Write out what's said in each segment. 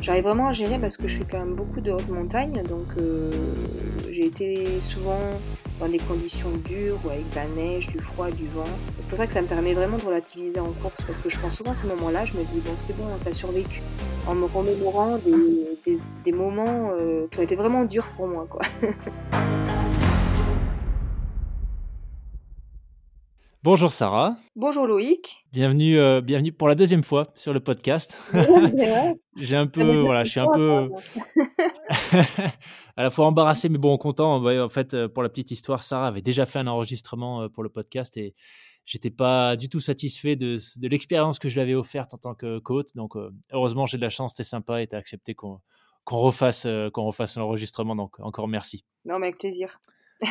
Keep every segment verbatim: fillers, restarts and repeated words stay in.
j'arrive vraiment à gérer parce que je fais quand même beaucoup de haute montagne, donc euh, j'ai été souvent dans des conditions dures ou avec de la neige, du froid, du vent. C'est pour ça que ça me permet vraiment de relativiser en course, parce que je pense souvent à ces moments-là, je me dis bon c'est bon, t'as survécu, en me remémorant des, des, des moments euh, qui ont été vraiment durs pour moi, quoi. Bonjour Sarah, Bonjour Loïc. bienvenue, euh, bienvenue pour la deuxième fois sur le podcast. Ouais, c'est vrai. J'ai un Ça m'est peu, déjà voilà, fait je suis un fois, peu apparemment. à la fois embarrassé mais bon content. Ouais, en fait, euh, pour la petite histoire, Sarah avait déjà fait un enregistrement euh, pour le podcast et j'étais pas du tout satisfait de, de l'expérience que je lui avais offerte en tant que coach. Donc euh, heureusement, j'ai de la chance, c'était sympa et t'as accepté qu'on qu'on refasse, euh, qu'on refasse l'enregistrement. Donc encore merci. Non, mais avec plaisir.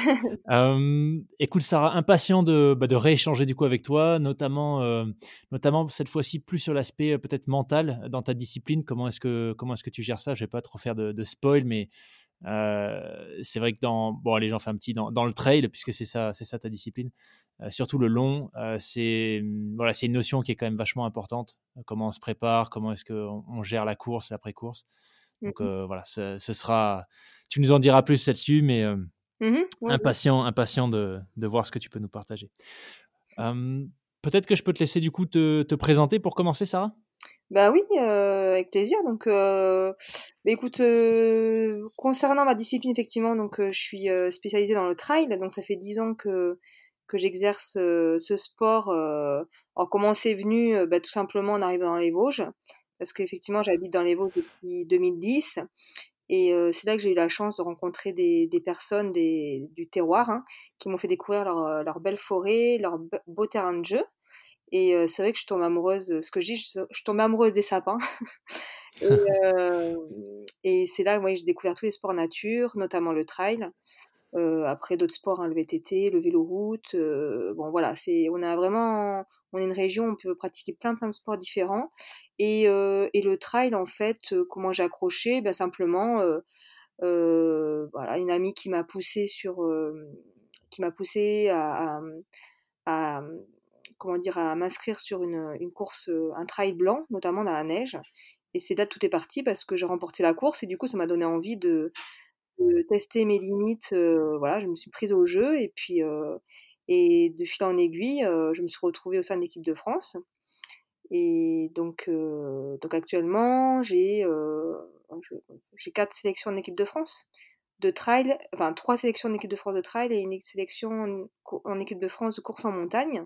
Euh, écoute Sarah, impatient de, bah, de rééchanger du coup avec toi, notamment, euh, notamment cette fois-ci plus sur l'aspect euh, peut-être mental dans ta discipline. Comment est-ce que, comment est-ce que tu gères ça? Je vais pas trop faire de, de spoil, mais euh, c'est vrai que dans, bon allez j'en fais un petit, dans, dans le trail, puisque c'est ça, c'est ça ta discipline, euh, surtout le long, euh, c'est, voilà, c'est une notion qui est quand même vachement importante. Comment on se prépare, comment est-ce qu'on on gère la course, l'après-course. Donc Mhm. euh, voilà, ce, ce sera, tu nous en diras plus là-dessus, mais euh, Mhm, oui, oui. Impatient, impatient de, de voir ce que tu peux nous partager. Euh, Peut-être que je peux te laisser du coup te, te présenter pour commencer, Sarah. Bah oui, euh, avec plaisir. Donc, euh, bah écoute, euh, concernant ma discipline, effectivement, donc euh, je suis euh, spécialisée dans le trail. Donc, ça fait dix ans que que j'exerce euh, ce sport. Euh, alors, comment c'est venu? Euh, bah, tout simplement en arrivant dans les Vosges, parce qu'effectivement, j'habite dans les Vosges depuis deux mille dix, et euh, c'est là que j'ai eu la chance de rencontrer des, des personnes des, du terroir, hein, qui m'ont fait découvrir leur, leur belle forêt, leur be- beau terrain de jeu. Et euh, c'est vrai que je tombe amoureuse, ce que je dis, je, je tombe amoureuse des sapins. Et, euh, et c'est là, ouais, j'ai découvert tous les sports nature, notamment le trail. Euh, après d'autres sports, hein, le V T T, le vélo-route. Euh, bon, voilà, c'est, on a vraiment, on est une région, où on peut pratiquer plein, plein de sports différents. Et, euh, et le trail, en fait, euh, comment j'ai accroché? Ben, simplement, euh, euh, voilà, une amie qui m'a poussé sur, euh, qui m'a poussé à, à, à, comment dire, à m'inscrire sur une, une course, euh, un trail blanc, notamment dans la neige. Et c'est là que tout est parti parce que j'ai remporté la course et du coup ça m'a donné envie de, de tester mes limites. Euh, voilà, je me suis prise au jeu et puis euh, et de fil en aiguille, euh, je me suis retrouvée au sein de l'équipe de France. Et donc, euh, donc actuellement, j'ai euh, je- j'ai quatre sélections en équipe de France de trail, enfin trois sélections en équipe de France de trail et une sélection en, cou- en équipe de France de course en montagne.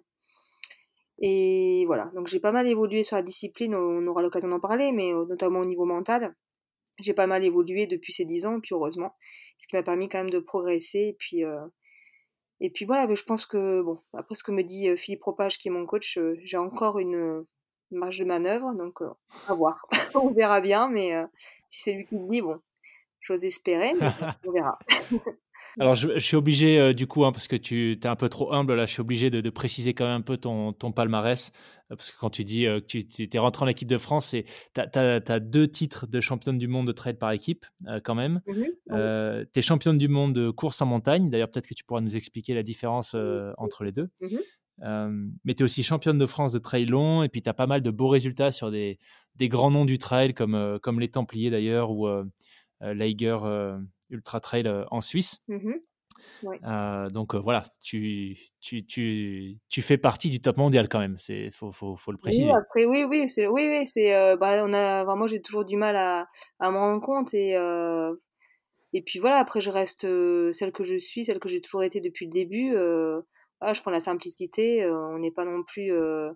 Et voilà, donc j'ai pas mal évolué sur la discipline, on aura l'occasion d'en parler, mais euh, notamment au niveau mental. J'ai pas mal évolué depuis ces dix ans, et puis heureusement, ce qui m'a permis quand même de progresser. Et puis, euh, et puis voilà, mais je pense que, bon, après ce que me dit euh, Philippe Propage, qui est mon coach, euh, j'ai encore une, euh, marge de manœuvre, donc euh, à voir. On verra bien, mais euh, si c'est lui qui le dit, bon, j'ose espérer, mais bon, on verra. Alors, je, je suis obligé, euh, du coup, hein, parce que tu es un peu trop humble, là, je suis obligé de, de préciser quand même un peu ton, ton palmarès. euh, Parce que quand tu dis euh, que tu tu- t'es rentré en équipe de France, tu as, deux titres de championne du monde de trail par équipe, euh, quand même. Mhm, oui. Euh, tu es championne du monde de course en montagne. D'ailleurs, peut-être que tu pourras nous expliquer la différence euh, entre les deux. Mhm, Euh, mais tu es aussi championne de France de trail long. Et puis, tu as pas mal de beaux résultats sur des, des grands noms du trail, comme, euh, comme les Templiers d'ailleurs, ou euh, euh, l'Eiger euh, Ultra Trail euh, en Suisse. mhm, ouais. Euh, donc euh, voilà, tu, tu, tu, tu fais partie du top mondial quand même, il faut, faut, faut le Oui, préciser. après, oui, oui, c'est, oui, oui, c'est, euh, bah, on a, vraiment, j'ai toujours du mal à, à me rendre compte et, euh, et puis voilà, après, je reste euh, celle que je suis, celle que j'ai toujours été depuis le début. Euh, voilà, je prends la simplicité, euh, on n'est pas non plus, euh,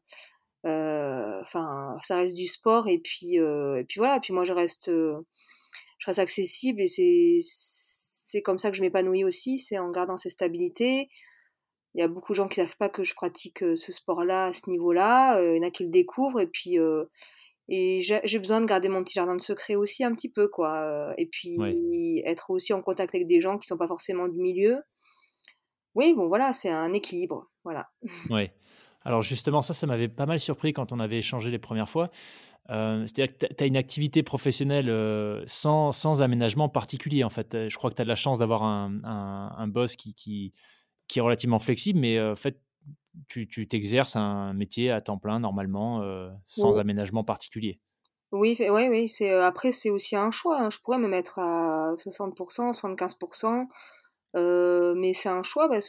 euh, enfin, ça reste du sport et puis, euh, et puis voilà, et puis moi, je reste, euh, je reste accessible et c'est, c'est comme ça que je m'épanouis aussi, c'est en gardant cette stabilité. Il y a beaucoup de gens qui savent pas que je pratique euh, ce sport-là à ce niveau-là. Euh, il y en a qui le découvrent et puis euh, et j'ai j'ai besoin de garder mon petit jardin de secret aussi un petit peu quoi. Euh, Et Ouais, puis être aussi en contact avec des gens qui sont pas forcément du milieu. Oui, bon voilà, c'est un équilibre. Voilà. ouais. Alors justement, ça, ça m'avait pas mal surpris quand on avait échangé les premières fois. Euh, c'est-à-dire que tu as une activité professionnelle euh, sans, sans aménagement particulier en fait. Euh, Je crois que tu as de la chance d'avoir un, un, un boss qui, qui, qui est relativement flexible, mais euh, en fait, tu tu t'exerces un métier à temps plein normalement, euh, sans Oui. aménagement particulier. Oui, fait ouais, oui, c'est, heu, après c'est aussi un choix, hein. Je pourrais me mettre à soixante pour cent, soixante-quinze pour cent, heu, mais c'est un choix parce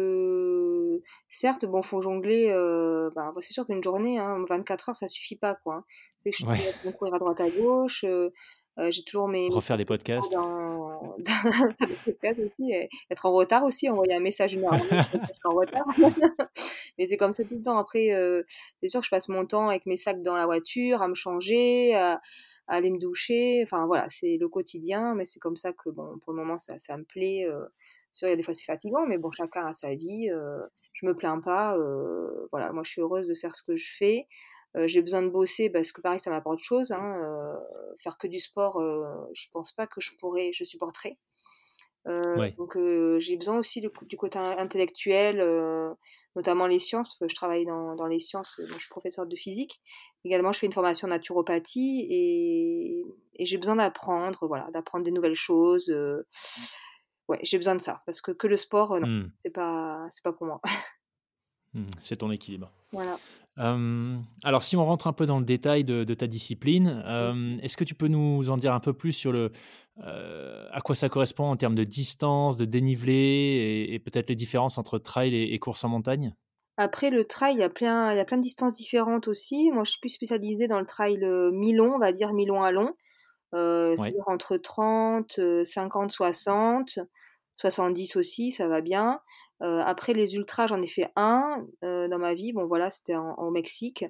que certes, bon, faut jongler, heu, ben, bah, c'est sûr qu'une journée, hein, vingt-quatre heures, ça suffit pas, quoi, hein. Tu sais, je suis en train de courir à droite à gauche, heu heu, j'ai toujours mes mes Refaire des podcasts. dans dans des podcasts aussi et être en retard aussi, envoyer un message une heure avant, je serai en retard. Mais c'est comme ça tout le temps. Après, heu, c'est sûr que je passe mon temps avec mes sacs dans la voiture, à me changer, à à aller me doucher. Enfin voilà, c'est le quotidien, mais c'est comme ça que bon, pour le moment, ça ça me plaît, heu. C'est sûr, il y a des fois c'est fatigant, mais bon, chacun a sa vie, heu, je me plains pas, heu, voilà, moi je suis heureuse de faire ce que je fais. Heu, j'ai besoin de bosser parce que pareil, ça m'apporte autre chose, hein, heu, faire que du sport, heu, je pense pas que je pourrais je supporterais. Heu, Ouais, donc heu, j'ai besoin aussi du du côté in intellectuel, heu, notamment les sciences, parce que je travaille dans dans les sciences, heu, moi je suis professeure de physique. Également, je fais une formation en naturopathie et et j'ai besoin d'apprendre, voilà, d'apprendre des nouvelles choses, heu, ouais, j'ai besoin de ça parce que que le sport, heu, non, mmh, c'est pas c'est pas pour moi. mmh, c'est ton équilibre. Voilà. Hem, alors si on rentre un peu dans le détail de de ta discipline, Mmh. hem, est-ce que tu peux nous en dire un peu plus sur le, heu, à quoi ça correspond en termes de distance, de dénivelé et et peut-être les différences entre trail et et course en montagne? Après le trail, il y a plein il y a plein de distances différentes aussi. Moi, je suis plus spécialisée dans le trail, heu, mi-long, on va dire mi-long à long. Heu, Ouais, c'est-à-dire entre trente, heu, cinquante, soixante, soixante-dix aussi, ça va bien. Heu, après les ultras, j'en ai fait un, heu, dans ma vie. Bon voilà, c'était en au Mexique.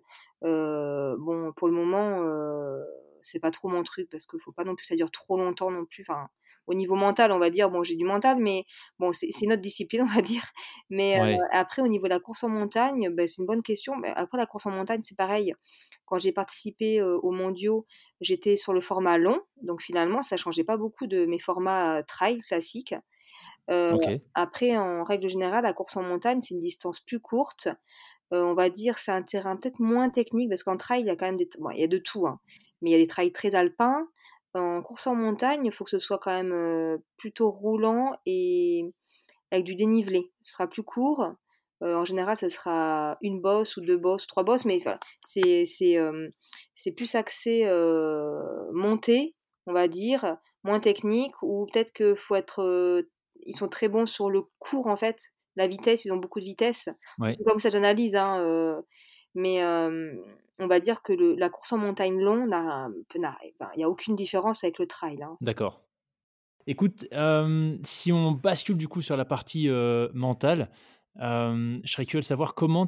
Heu, bon pour le moment, heu, c'est pas trop mon truc parce qu'il faut pas non plus que ça dure trop longtemps non plus. Enfin, au niveau mental, on va dire, bon j'ai du mental, mais bon c'est c'est notre discipline, on va dire. Mais, heu, ouais, après au niveau de la course en montagne, beh, c'est une bonne question. Mais après la course en montagne, c'est pareil. Quand j'ai participé, heu, aux mondiaux, j'étais sur le format long, donc finalement ça changeait pas beaucoup de mes formats, heu, trail classiques. Heu, OK, Après en règle générale, la course en montagne, c'est une distance plus courte. Heu, on va dire c'est un terrain peut-être moins technique parce qu'en trail, il y a quand même des t bon, il y a de tout, hein, mais il y a des trails très alpins. En course en montagne, il faut que ce soit quand même, heu, plutôt roulant et avec du dénivelé. Ce sera plus court. Heu, en général, ça sera une bosse ou deux bosses, trois bosses, mais voilà, c'est c'est, hem, c'est plus axé, heu, montée, on va dire, moins technique ou peut-être que faut être, heu ils sont très bons sur le court, en fait, la vitesse, ils ont beaucoup de vitesse. ouais. C'est comme ça j'analyse, hein, heu, mais hem, on va dire que le la course en montagne long n'a n'a enfin, il y a aucune différence avec le trail, hein. D'accord. Écoute, hem, si on bascule du coup sur la partie, heu, mentale, hem, je serais curieux de savoir comment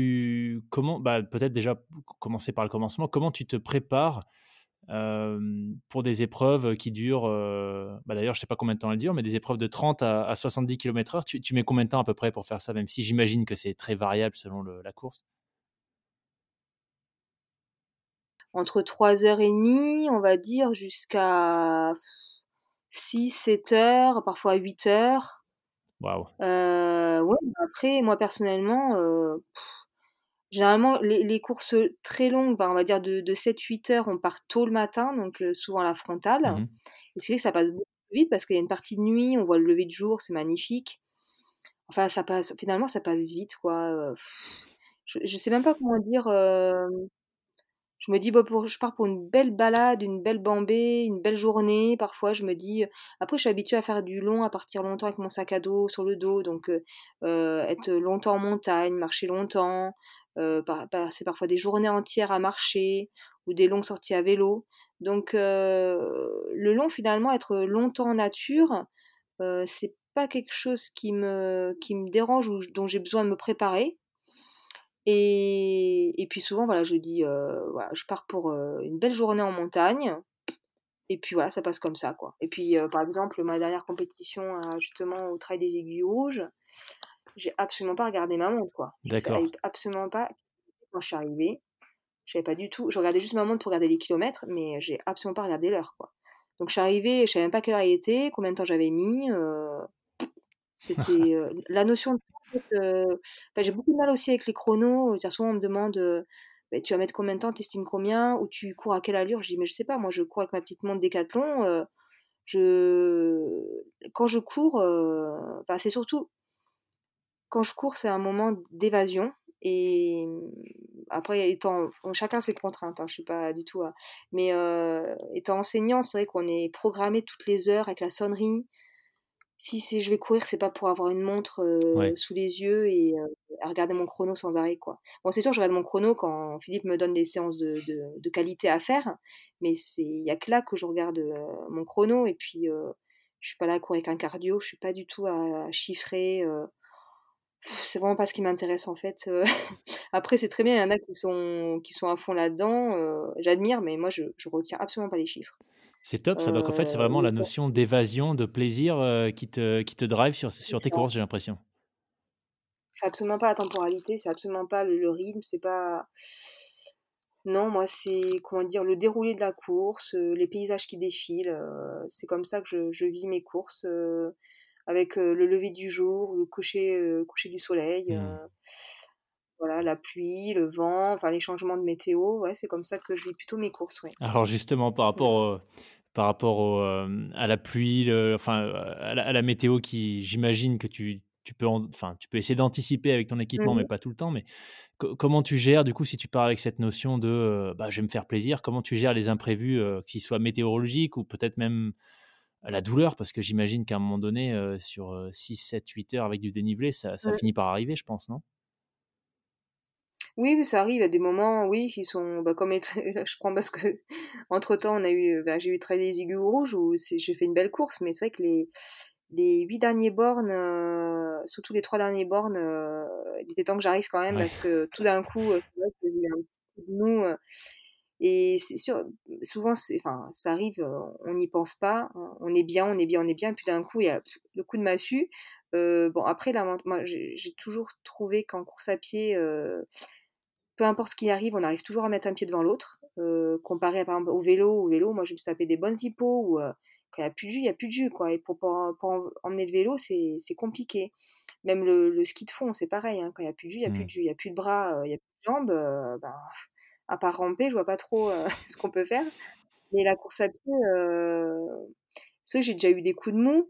tu comment bah, peut-être déjà p commencer par le commencement, comment tu te prépares, hem, pour des épreuves, qui durent, heu, bah, d'ailleurs je sais pas combien de temps elles durent, mais des épreuves de trente à à soixante-dix kilomètres heure, tu tu mets combien de temps à peu près pour faire ça? Même si j'imagine que c'est très variable selon le la course? Entre trois heures et demie, on va dire, jusqu'à six, sept heures, parfois huit heures. Waouh! Heu, ouais, bah, après, moi, personnellement, heu, généralement, les les courses, très longues, ben, on va dire de de sept huit heures, on part tôt le matin, donc heu, souvent à la frontale. Mmh. Et c'est vrai que ça passe beaucoup plus vite parce qu'il y a une partie de nuit, on voit le lever de jour, c'est magnifique. Enfin, ça passe finalement, ça passe vite, quoi, heu, je je sais même pas comment dire, hem je me dis: «Bah, pour je pars pour une belle balade, une belle bambée, une belle journée». Parfois, je me dis, après je suis habituée à faire du long, à partir longtemps avec mon sac à dos sur le dos, donc heu heu, être longtemps en montagne, marcher longtemps, heu, pa passer parfois des journées entières à marcher ou des longues sorties à vélo. Donc heu, le long, finalement, être longtemps en nature, heu, c'est pas quelque chose qui me qui me dérange ou j dont j'ai besoin de me préparer. Et et puis souvent, voilà, je dis, heu, voilà, je pars pour, heu, une belle journée en montagne et puis voilà, ça passe comme ça, quoi. Et puis, heu, par exemple, ma dernière compétition, heu, justement au Trail des Aiguilles Rouges, j'ai absolument pas regardé ma montre, quoi. Je savais D'accord. absolument pas quand je suis arrivée, je savais pas du tout, je regardais juste ma montre pour regarder les kilomètres, mais j'ai absolument pas regardé l'heure, quoi. Donc je suis arrivée, je savais même pas quelle heure il était, combien de temps j'avais mis, heu, c'était, heu, la notion de temps, en fait, heu, enfin, j'ai beaucoup de mal aussi avec les chronos. C'est-à-dire souvent on me demande, heu: «Beh, tu vas mettre combien de temps? Tu estimes combien? Ou tu cours à quelle allure?» Je dis: «Mais je sais pas, moi je cours avec ma petite montre Décathlon, heu, je quand je cours, heu, enfin, c'est surtout quand je cours, c'est un moment d'évasion et mmh, après, étant, bon, chacun ses contraintes, hein, je suis pas du tout. à- Mais euh, étant enseignant, c'est vrai qu'on est programmé toutes les heures avec la sonnerie. Si c'est, je vais courir, c'est pas pour avoir une montre euh, Ouais. sous les yeux et euh, à regarder mon chrono sans arrêt, quoi. Bon, c'est sûr, je regarde mon chrono quand Philippe me donne des séances de, de, de qualité à faire, mais c'est, il y a que là que je regarde euh, mon chrono et puis euh, je suis pas là à courir avec un cardio, je suis pas du tout à, à chiffrer. euh, Pff, c'est vraiment pas ce qui m'intéresse en fait. euh. Après, c'est très bien, il y en a qui sont, qui sont à fond là-dedans, euh, j'admire, mais moi, je, je retiens absolument pas les chiffres. C'est top ça. Donc en fait, c'est Euh, vraiment la notion d'évasion, de plaisir, heu, qui te qui te drive sur c'est sur tes ça. courses, j'ai l'impression. C'est absolument pas la temporalité, c'est absolument pas le, le rythme, c'est pas. Non, moi, c'est, comment dire, le déroulé de la course, euh, les paysages qui défilent. euh, c'est comme ça que je, je vis mes courses, euh, avec euh, le lever du jour, le coucher, euh, coucher du soleil. Mmh. euh, voilà, la pluie, le vent, enfin les changements de météo. Ouais, c'est comme ça que je vis plutôt mes courses, ouais. Alors justement par Mm. rapport au par rapport au, hem, à la pluie, le enfin, heu, à la à la météo qui j'imagine que tu tu peux en enfin, tu peux essayer d'anticiper avec ton équipement, mais Mhm. pas tout le temps, mais co comment tu gères du coup si tu pars avec cette notion de, heu, bah, je vais me faire plaisir, comment tu gères les imprévus, heu, qu'ils soient météorologiques ou peut-être même la douleur? Parce que j'imagine qu'à un moment donné, heu, sur, heu, six sept-huit heures avec du dénivelé, ça ça Mm. finit par arriver, je pense, non? Oui, oui, ça arrive. Il y a des moments, oui, qui sont, bah, comme être- là, je prends parce que entre temps, on a eu, bah, j'ai eu très des aiguilles rouges où c'est- j'ai fait une belle course, mais c'est vrai que les les huit derniers bornes, euh, surtout les trois derniers bornes, euh, il était temps que j'arrive quand même Ouais. parce que tout d'un coup, euh, c'est vrai que j'ai eu un petit coup de mou. euh, Et c'est sûr, souvent, c'est, enfin, ça arrive, euh, on n'y pense pas, on on est bien, on est bien, on est bien, puis d'un coup, il y a le coup de massue. Euh, bon, après, là, moi, j'ai j'ai toujours trouvé qu'en course à pied, euh, peu importe ce qui arrive, on arrive toujours à mettre un pied devant l'autre. Euh, comparé à, par exemple, au vélo, au vélo, moi, je me suis tapé des bonnes hippos où, euh, quand il n'y a plus de jus, il n'y a plus de jus, quoi. Et pour, pour, pour emmener le vélo, c'est, c'est compliqué. Même le, le ski de fond, c'est pareil, hein. Quand il n'y a plus de jus, il n'y a plus Mmh. de jus, il n'y a plus de bras, euh, il n'y a plus de jambes, euh, ben, à part ramper, je vois pas trop euh, ce qu'on peut faire. Mais la course à pied, euh, c'est vrai que j'ai déjà eu des coups de mou,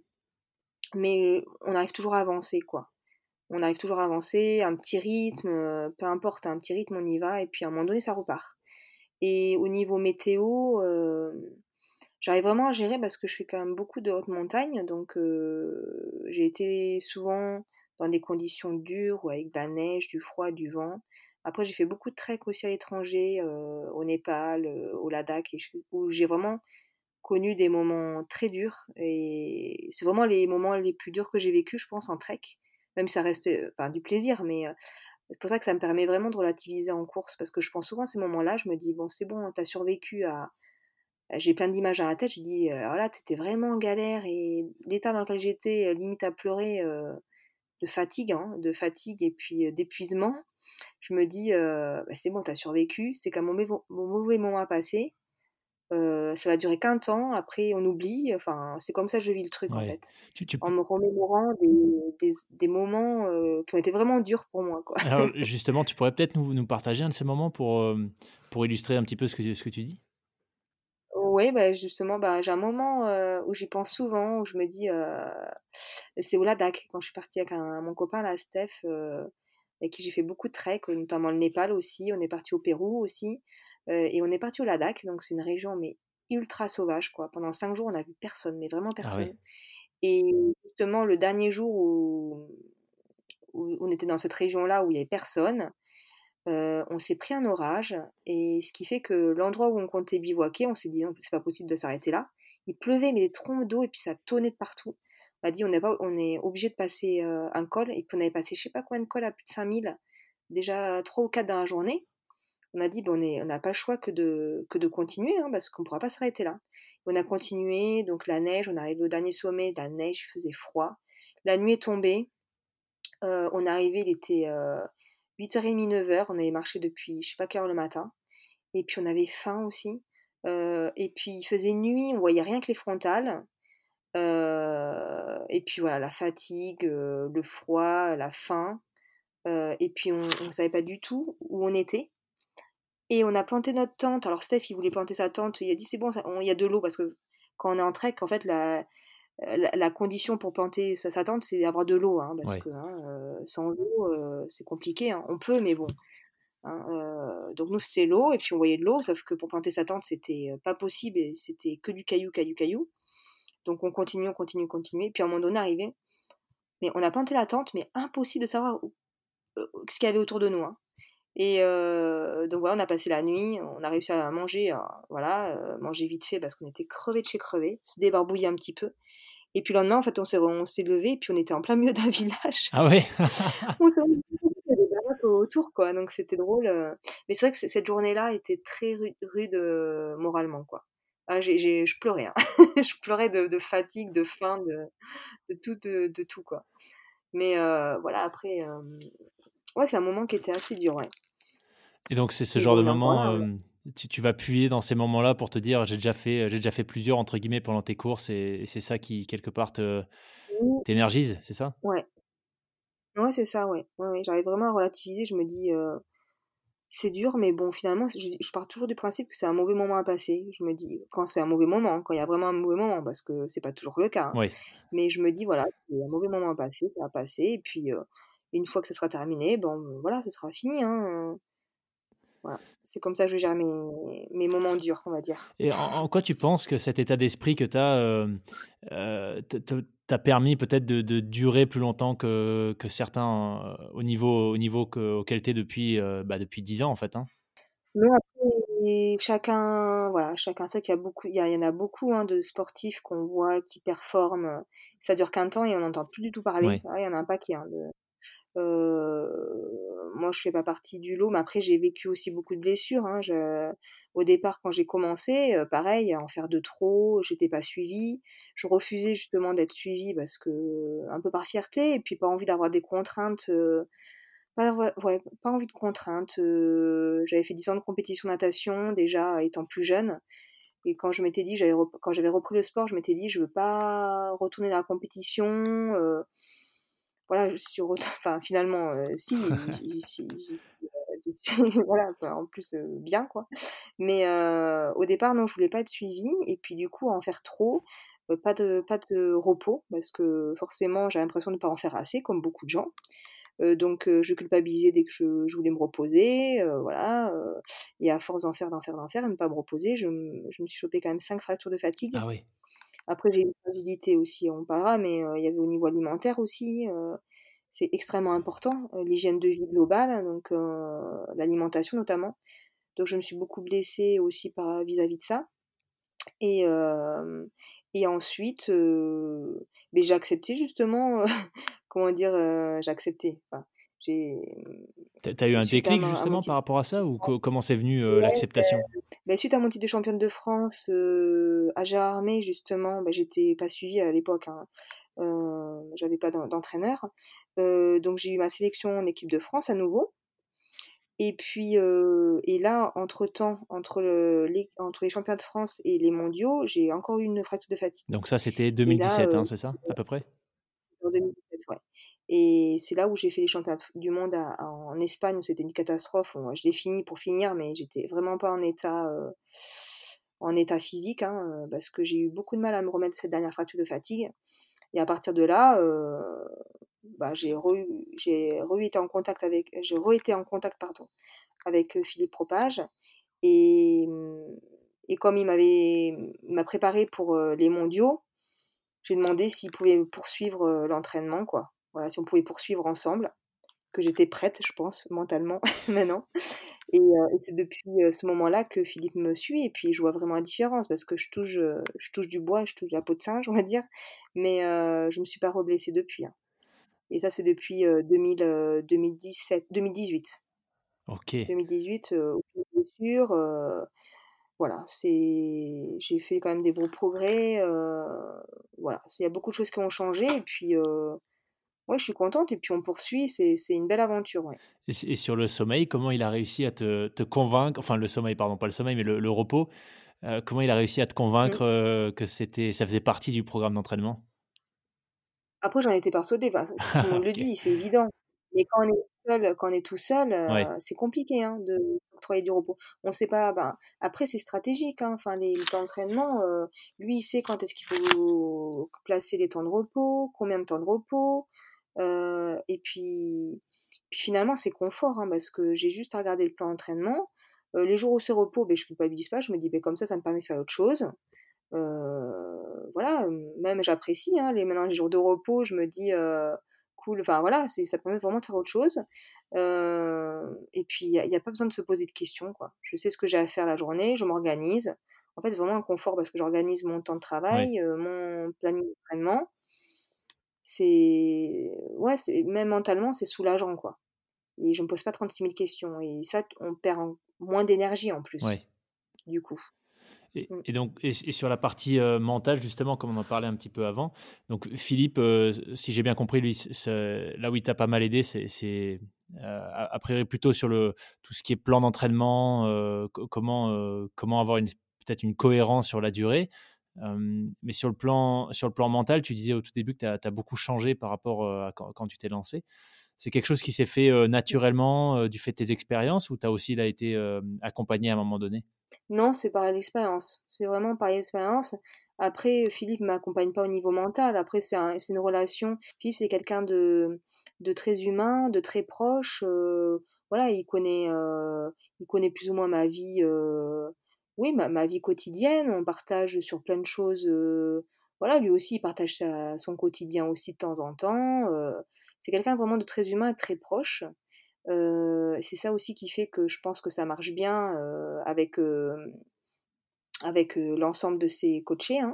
mais on arrive toujours à avancer, quoi. On arrive toujours à avancer, un petit rythme, euh, peu importe, un petit rythme, on y va, et puis à un moment donné, ça repart. Et au niveau météo, euh, j'arrive vraiment à gérer parce que je fais quand même beaucoup de haute montagne, donc euh, j'ai été souvent dans des conditions dures, ou avec de la neige, du froid, du vent. Après, j'ai fait beaucoup de trek aussi à l'étranger, euh, au Népal, euh, au Ladakh, et je- où j'ai vraiment connu des moments très durs. Et c'est vraiment les moments les plus durs que j'ai vécu, je pense, en trek. Même si ça reste euh, enfin, du plaisir, mais euh, c'est pour ça que ça me permet vraiment de relativiser en course, parce que je pense souvent à ces moments-là, je me dis, bon, c'est bon, t'as survécu à, j'ai plein d'images à la tête, je dis, euh, alors là, t'étais vraiment en galère et l'état dans lequel j'étais, euh, limite à pleurer, euh, de fatigue, hein, de fatigue et puis euh, d'épuisement. Je me dis, euh, bah, c'est bon, t'as survécu, c'est qu'un mauvais, mon mauvais moment a passé, euh, ça va durer qu'un temps, après on oublie, enfin, c'est comme ça que je vis le truc en Ouais. fait, Tu tu en peux me remémorant des, des, des moments euh, qui ont été vraiment durs pour moi, quoi. alors justement, tu pourrais peut-être nous nous partager un de ces moments pour, hem, pour illustrer un petit peu ce que ce que tu dis? Oui, bah, justement, bah, j'ai un moment euh, où j'y pense souvent, où je me dis, euh, c'est au Ladakh, quand je suis partie avec un, mon copain, là, Steph, euh, avec qui j'ai fait beaucoup de trek, notamment le Népal aussi, on est parti au Pérou aussi, euh, et on est parti au Ladakh, donc c'est une région, mais ultra sauvage, quoi. Pendant cinq jours, on a vu personne, mais vraiment Ah ouais. personne. Et justement, le dernier jour où, où on était dans cette région-là, où il y avait personne, euh, on s'est pris un orage, et ce qui fait que l'endroit où on comptait bivouaquer, on s'est dit non, c'est pas possible de s'arrêter là. Il pleuvait, mais des trompes d'eau, et puis ça tonnait de partout. On a dit on est, pas, on est obligé de passer euh, un col, et puis on avait passé je sais pas combien de cols à plus de cinq mille, déjà trois ou quatre dans la journée. On a dit ben, on est- on n'a pas le choix que de, que de continuer, hein, parce qu'on ne pourra pas s'arrêter là. On a continué, donc la neige, on arrive au dernier sommet, la neige, il faisait froid. La nuit est tombée, euh, on est arrivé, il était euh, huit heures trente, neuf heures, on avait marché depuis je sais pas quelle heure le matin, et puis on avait faim aussi. Euh, et puis il faisait nuit, on voyait rien que les frontales. Euh, et puis voilà, la fatigue, euh, le froid, la faim. Euh, et puis on ne savait pas du tout où on était. Et on a planté notre tente. Alors Steph, il voulait planter sa tente. Il a dit c'est bon, ça- on- il y a de l'eau parce que quand on est en trek, en fait, la, la, la condition pour planter sa, sa tente, c'est d'avoir de l'eau, hein, parce Ouais. que hein, euh, sans eau, euh, c'est compliqué, hein. On peut, mais bon. Hein, euh, donc nous c'était l'eau et puis on voyait de l'eau, sauf que pour planter sa tente c'était pas possible et c'était que du caillou, caillou, caillou. Donc on continue, on continue, on continue. Et puis à un moment donné arrivé, mais on a planté la tente, mais impossible de savoir où, euh, ce qu'il y avait autour de nous. Hein. Et euh, donc voilà, on a passé la nuit, on a réussi à manger, euh, voilà, euh, manger vite fait parce qu'on était crevés de chez crevés, se débarbouiller un petit peu. Et puis le lendemain, en fait, on s'est, on s'est levé et puis on était en plein milieu d'un village. Ah ouais. On s'est rendu compte qu'il y avait des baraques autour, quoi. Donc c'était drôle. euh. Mais c'est vrai que c- cette journée-là était très rude, rude euh, moralement, quoi. Ah, j'ai, j'ai, je pleurais, hein. Je pleurais de, de fatigue, de faim, de, de tout, de, de tout, quoi. Mais euh, voilà, après, euh, ouais, c'est un moment qui était assez dur, ouais. Et donc c'est ce Mais genre bon, de il est encore moment, là, hein. hem, tu tu vas puiser dans ces moments-là pour te dire: «J'ai déjà fait, j'ai déjà fait «plusieurs» entre guillemets pendant tes courses» et et c'est ça qui quelque part te Oui, t'énergise, c'est ça? ouais. Ouais, c'est ça, ouais. Ouais, ouais, j'arrive vraiment à relativiser. Je me dis, euh, c'est dur, mais bon, finalement, je, je pars toujours du principe que c'est un mauvais moment à passer. Je me dis, quand c'est un mauvais moment, quand il y a vraiment un mauvais moment, parce que c'est pas toujours le cas, hein. Oui. Mais je me dis, voilà, c'est un mauvais moment à passer, ça va passer. Et puis, euh, une fois que ça sera terminé, bon, voilà, ça sera fini, hein. euh, Voilà. C'est comme ça que je gère mes, mes moments durs, on va dire. Et en en quoi tu penses que cet état d'esprit que tu as, hem, heu, te te t'a permis peut-être de de durer plus longtemps que que certains, heu, au niveau au niveau que auquel tu es depuis, heu, bah, depuis dix ans en fait, hein? Non, après, chacun, voilà, chacun sait qu'il y a beaucoup, il y, a- il y en a beaucoup hein, de sportifs qu'on voit qui performent. Ça dure qu'un temps et on n'entend plus du tout parler. Oui. Ah, il y en a un paquet. Hein, de- euh, moi, je fais pas partie du lot, mais après, j'ai vécu aussi beaucoup de blessures. Hein. Je- au départ, quand j'ai commencé, euh, pareil, à en faire de trop, j'étais pas suivie. Je refusais justement d'être suivie parce que, un peu par fierté, et puis pas envie d'avoir des contraintes. euh, pas, ouais, ouais, pas envie de contraintes. euh, j'avais fait dix ans de compétition de natation, déjà étant plus jeune. Et quand je m'étais dit, j'avais rep- quand j'avais repris le sport, je m'étais dit, je veux pas retourner dans la compétition. euh, voilà, je suis re- enfin, finalement, euh, si, j'y j'y suis, j'y suis, euh, j'y suis- voilà, enfin, en plus, euh, bien, quoi. Mais euh, au départ, non, je voulais pas être suivie. Et puis, du coup, en faire trop, euh, pas de, pas de repos, parce que forcément, j'ai l'impression de ne pas en faire assez, comme beaucoup de gens. Heu, donc heu, je culpabilisais dès que je je voulais me reposer, heu, voilà, heu et à force d'en faire, d'en faire, d'en faire et de ne pas me reposer, je me je me suis chopé quand même cinq fractures de fatigue. Ah oui. Après j'ai une fragilité aussi, on parlera, mais heu, il y avait au niveau alimentaire aussi, heu, c'est extrêmement important, heu, l'hygiène de vie globale, donc heu, l'alimentation notamment. Donc je me suis beaucoup blessée aussi par vis-à-vis de ça et hem et ensuite, heu, beh, j'ai accepté justement, comment dire? Heu, j'ai accepté, enfin, j'ai Tu as eu un suite à déclic ma à mon justement titre par rapport à ça ou co comment c'est venu, heu, ouais, l'acceptation? bah, suite à mon titre de championne de France, heu, à Gérardmer justement, bah, j'étais pas suivie à l'époque, hein, heu, j'avais pas d'en d'entraîneur, heu, donc j'ai eu ma sélection en équipe de France à nouveau et puis, heu et là entre-temps, entre le les entre les championnats de France et les mondiaux, j'ai encore eu une fracture de fatigue Donc ça, c'était et là, deux mille dix-sept, heu hein, c'est ça, à peu près? en deux mille dix-sept, ouais et c'est là où j'ai fait les championnats de f du monde à à en Espagne où c'était une catastrophe. Bon, je l'ai fini pour finir, mais j'étais vraiment pas en état, heu, en état physique, hein, heu, parce que j'ai eu beaucoup de mal à me remettre de cette dernière fracture de fatigue et à partir de là, heu, bah, j'ai re eu j'ai re été en contact avec j'ai re-été en contact, pardon, avec, heu, Philippe Propage et mmh et comme il m'avait il m'a préparée pour, heu, les mondiaux, j'ai demandé s'il pouvait poursuivre, heu, l'entraînement, quoi. Voilà, si on pouvait poursuivre ensemble, que j'étais prête, je pense, mentalement, maintenant. Et heu et c'est depuis, heu, ce moment-là que Philippe me suit et puis je vois vraiment la différence parce que je touche, heu, je touche du bois, je touche la peau de singe, on va dire, mais heu, je me suis pas reblessée depuis, hein. Et ça, c'est depuis, heu, deux mille, heu, deux mille dix-sept deux mille dix-huit. OK. deux mille dix-huit, heu, aucune blessure, heu, voilà, c'est j'ai fait quand même des gros progrès, heu, voilà, il y a beaucoup de choses qui ont changé et puis, heu ouais, je suis contente et puis on poursuit, c'est c'est une belle aventure, ouais. Et s et sur le sommeil, comment il a réussi à te te convaincre enfin le sommeil, pardon, pas le sommeil, mais le le repos, heu, comment il a réussi à te Mmh. convaincre, heu, que c'était ça faisait partie du programme d'entraînement? Après j'en étais persuadée, enfin ça tout le monde le OK. dit, c'est évident. Mais quand on est seul quand on est tout seul, Ouais. heu, c'est compliqué, hein, de s'octroyer du repos. On sait pas, ben, après c'est stratégique, hein, enfin les les temps d'entraînement, heu, lui il sait quand est-ce qu'il faut placer les temps de repos, combien de temps de repos, heu et puis Puis finalement, c'est confort, hein, parce que j'ai juste à regarder le plan d'entraînement. Heu, les jours où c'est repos, beh, je culpabilise pas, je me dis: «Beh, comme ça, ça me permet de faire autre chose». Heu, voilà, hem, même j'apprécie, hein, les maintenant les jours de repos, je me dis, heu: «Cool», enfin voilà, c'est ça permet vraiment de faire autre chose. Heu et puis il y a il y a pas besoin de se poser de questions, quoi. Je sais ce que j'ai à faire la journée, je m'organise. En fait, c'est vraiment un confort parce que j'organise mon temps de Ouais. travail, heu, mon planning d'entraînement. C'est ouais, c'est même mentalement, c'est soulageant, quoi et je me pose pas trente-six mille questions et ça, t on perd en moins d'énergie en plus, Ouais. du coup. Et Mmh. et donc et et sur la partie, heu, mentale justement, comme on en parlait un petit peu avant, donc Philippe, heu, si j'ai bien compris, lui, c ce là où il t'a pas mal aidé, c'est c'est, heu, a a priori plutôt sur le tout ce qui est plan d'entraînement, heu, co comment, heu, comment avoir une peut-être une cohérence sur la durée. Hem, mais sur le plan sur le plan mental, tu disais au tout début que tu as beaucoup changé par rapport, heu, à quand quand tu t'es lancé. C'est quelque chose qui s'est fait, heu, naturellement, heu, du fait de tes expériences ou tu as aussi là été, hem, accompagné à un moment donné? Non, c'est par l'expérience. C'est vraiment par l'expérience. Après, Philippe m'accompagne pas au niveau mental. Après, c'est un c'est une relation. Philippe, c'est quelqu'un de de très humain, de très proche, heu, voilà, il connaît, heu, il connaît plus ou moins ma vie, heu, oui, ma ma vie quotidienne. On partage sur plein de choses, heu, voilà, lui aussi, il partage sa son quotidien aussi de temps en temps, heu, c'est quelqu'un vraiment de très humain et de très proche. Heu, c'est ça aussi qui fait que je pense que ça marche bien, heu, avec, hem, avec, heu, l'ensemble de ses coachés, hein.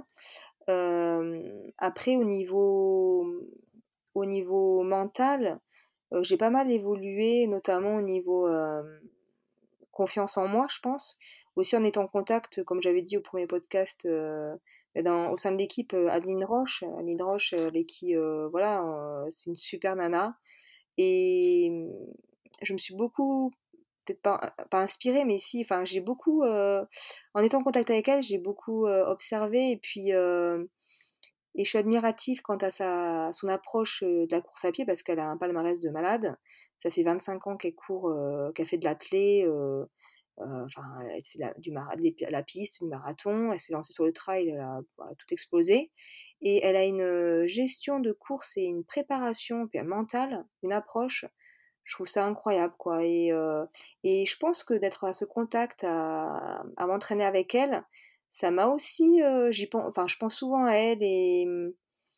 Hem, après au niveau, mmh, au niveau mental, heu, j'ai pas mal évolué, notamment au niveau, hem, confiance en moi, je pense. Aussi en étant en contact, comme j'avais dit au premier podcast, heu, bah, dans au sein de l'équipe, heu, Adeline Roche, Adeline Roche, heu, avec qui, heu, voilà, heu, c'est une super nana et mmh, je me suis beaucoup peut-être pas pas inspirée, mais si, enfin, j'ai beaucoup, heu, en étant en contact avec elle, j'ai beaucoup, heu, observé et puis, heu et je suis admirative quant à sa son approche, heu, de la course à pied parce qu'elle a un palmarès de malade. Ça fait vingt-cinq ans qu'elle court, heu, qu'elle fait de l'athlé, heu heu, enfin, elle fait de la du mara de l'ép la piste, du marathon. Elle s'est lancée sur le trail, elle a bah, tout explosé et elle a une, heu, gestion de course et une préparation puis, heu, mentale, une approche, je trouve ça incroyable, quoi et heu et je pense que d'être à ce contact, à à m'entraîner avec elle, ça m'a aussi, heu, j'y pen enfin, je pense souvent à elle et mmh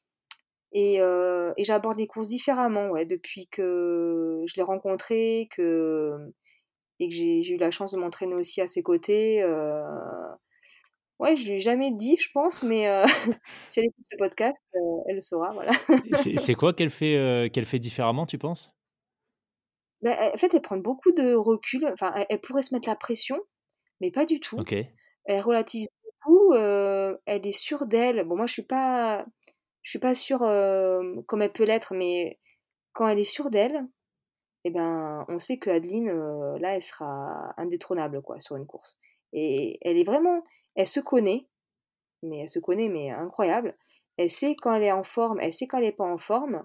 et heu et j'aborde les courses différemment, ouais, depuis que je l'ai rencontrée, que et que j'ai j'ai eu la chance de m'entraîner aussi à ses côtés, heu, ouais, je lui ai jamais dit, je pense, mais heu, si elle écoute ce podcast, heu, elle le saura, voilà. Et c'est c'est quoi qu'elle fait, heu, qu'elle fait différemment, tu penses? Bah, en fait, elle prend beaucoup de recul, enfin, elle elle pourrait se mettre la pression, mais pas du tout. OK, Elle relativise beaucoup, heu, elle est sûre d'elle. Bon, moi, je suis pas je suis pas sûre, hem, comme elle peut l'être, mais quand elle est sûre d'elle et ben, on sait que Adeline, heu, là, elle sera indétrônable, quoi, sur une course et elle est vraiment elle se connaît, mais elle se connaît, mais incroyable. Elle sait quand elle est en forme, elle sait quand elle est pas en forme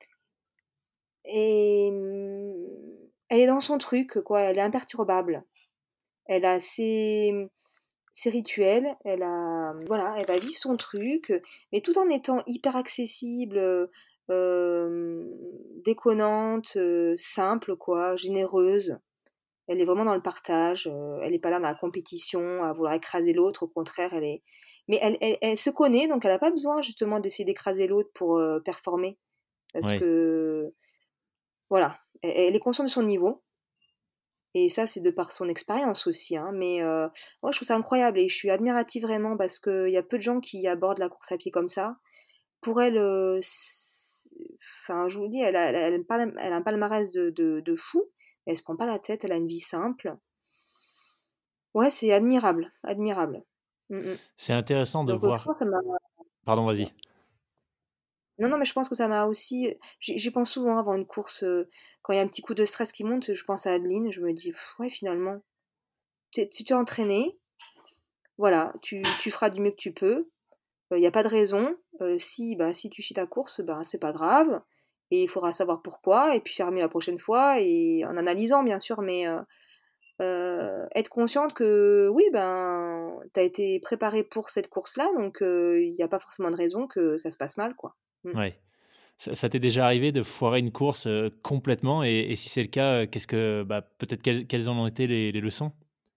et mmh, elle est dans son truc, quoi, elle est imperturbable. Elle a ses, mmh, ses rituels, elle a voilà, elle va vivre son truc, heu, mais tout en étant hyper accessible, heu, hem, déconnante, heu, simple quoi, généreuse. Elle est vraiment dans le partage, heu, elle est pas là dans la compétition, à vouloir écraser l'autre, au contraire, elle est mais elle elle elle se connaît, donc elle a pas besoin justement d'essayer d'écraser l'autre pour, heu, performer. Parce ouais. que voilà, elle elle est consciente de son niveau et ça, c'est de par son expérience aussi, hein, mais heu, moi, je trouve ça incroyable et je suis admirative vraiment parce qu'il y a peu de gens qui abordent la course à pied comme ça. Pour elle, heu, c enfin, je vous le dis, elle a elle a elle a pas elle a un palmarès de de de fou, elle se prend pas la tête, elle a une vie simple. Ouais, c'est admirable, admirable. Mmh mh. C'est intéressant de Donc heu, je voir pense que ça m'a pardon, vas-y. non, non, mais je pense que ça m'a aussi j'y j'y pense souvent avant une course, heu, quand il y a un petit coup de stress qui monte, je pense à Adeline, je me dis: «Ouais, finalement, tu es tu t'es entraînée, voilà, tu tu feras du mieux que tu peux, il y a pas de raison, heu, si, bah, si tu chies ta course, ben, c'est pas grave et il faudra savoir pourquoi et puis faire mieux la prochaine fois et en analysant bien sûr, mais heu heu, être consciente que oui, ben, tu as été préparée pour cette course-là, donc heu, il y a pas forcément de raison que ça se passe mal, quoi. Mmh. Ouais. Ça ça t'est déjà arrivé de foirer une course, heu, complètement et et si c'est le cas, heu, qu'est-ce que bah, peut-être quelles quelles en ont été les les leçons?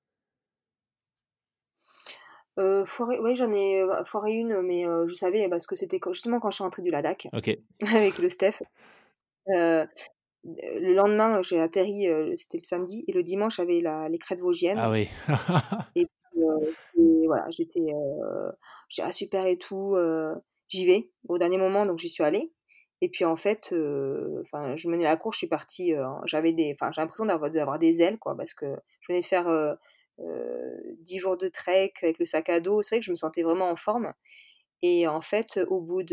Heu, foirer, ouais, j'en ai, heu, foiré une, mais heu, je savais parce que c'était quand justement quand je suis rentrée du Ladakh OK. avec le Steph. Heu, le lendemain, j'ai atterri, heu, c'était le samedi et le dimanche, j'avais la les crêtes Ah vosgiennes oui. et puis, heu, et voilà, j'étais, heu, j'ai: «Ah super et tout, heu, j'y vais». Au dernier moment, donc j'y suis allée et puis en fait, heu, enfin, je menais la course, je suis partie, heu, j'avais des enfin, j'ai l'impression d'avoir d'avoir des ailes, quoi, parce que je venais de faire, heu heu, dix jours de trek avec le sac à dos. C'est vrai que je me sentais vraiment en forme et en fait, au bout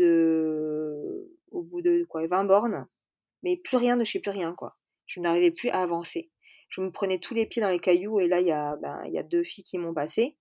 de au bout de quoi, vingt bornes, mais plus rien de chez plus rien, quoi. Je n'arrivais plus à avancer. Je me prenais tous les pieds dans les cailloux et là, il y a, ben, il y a deux filles qui m'ont passée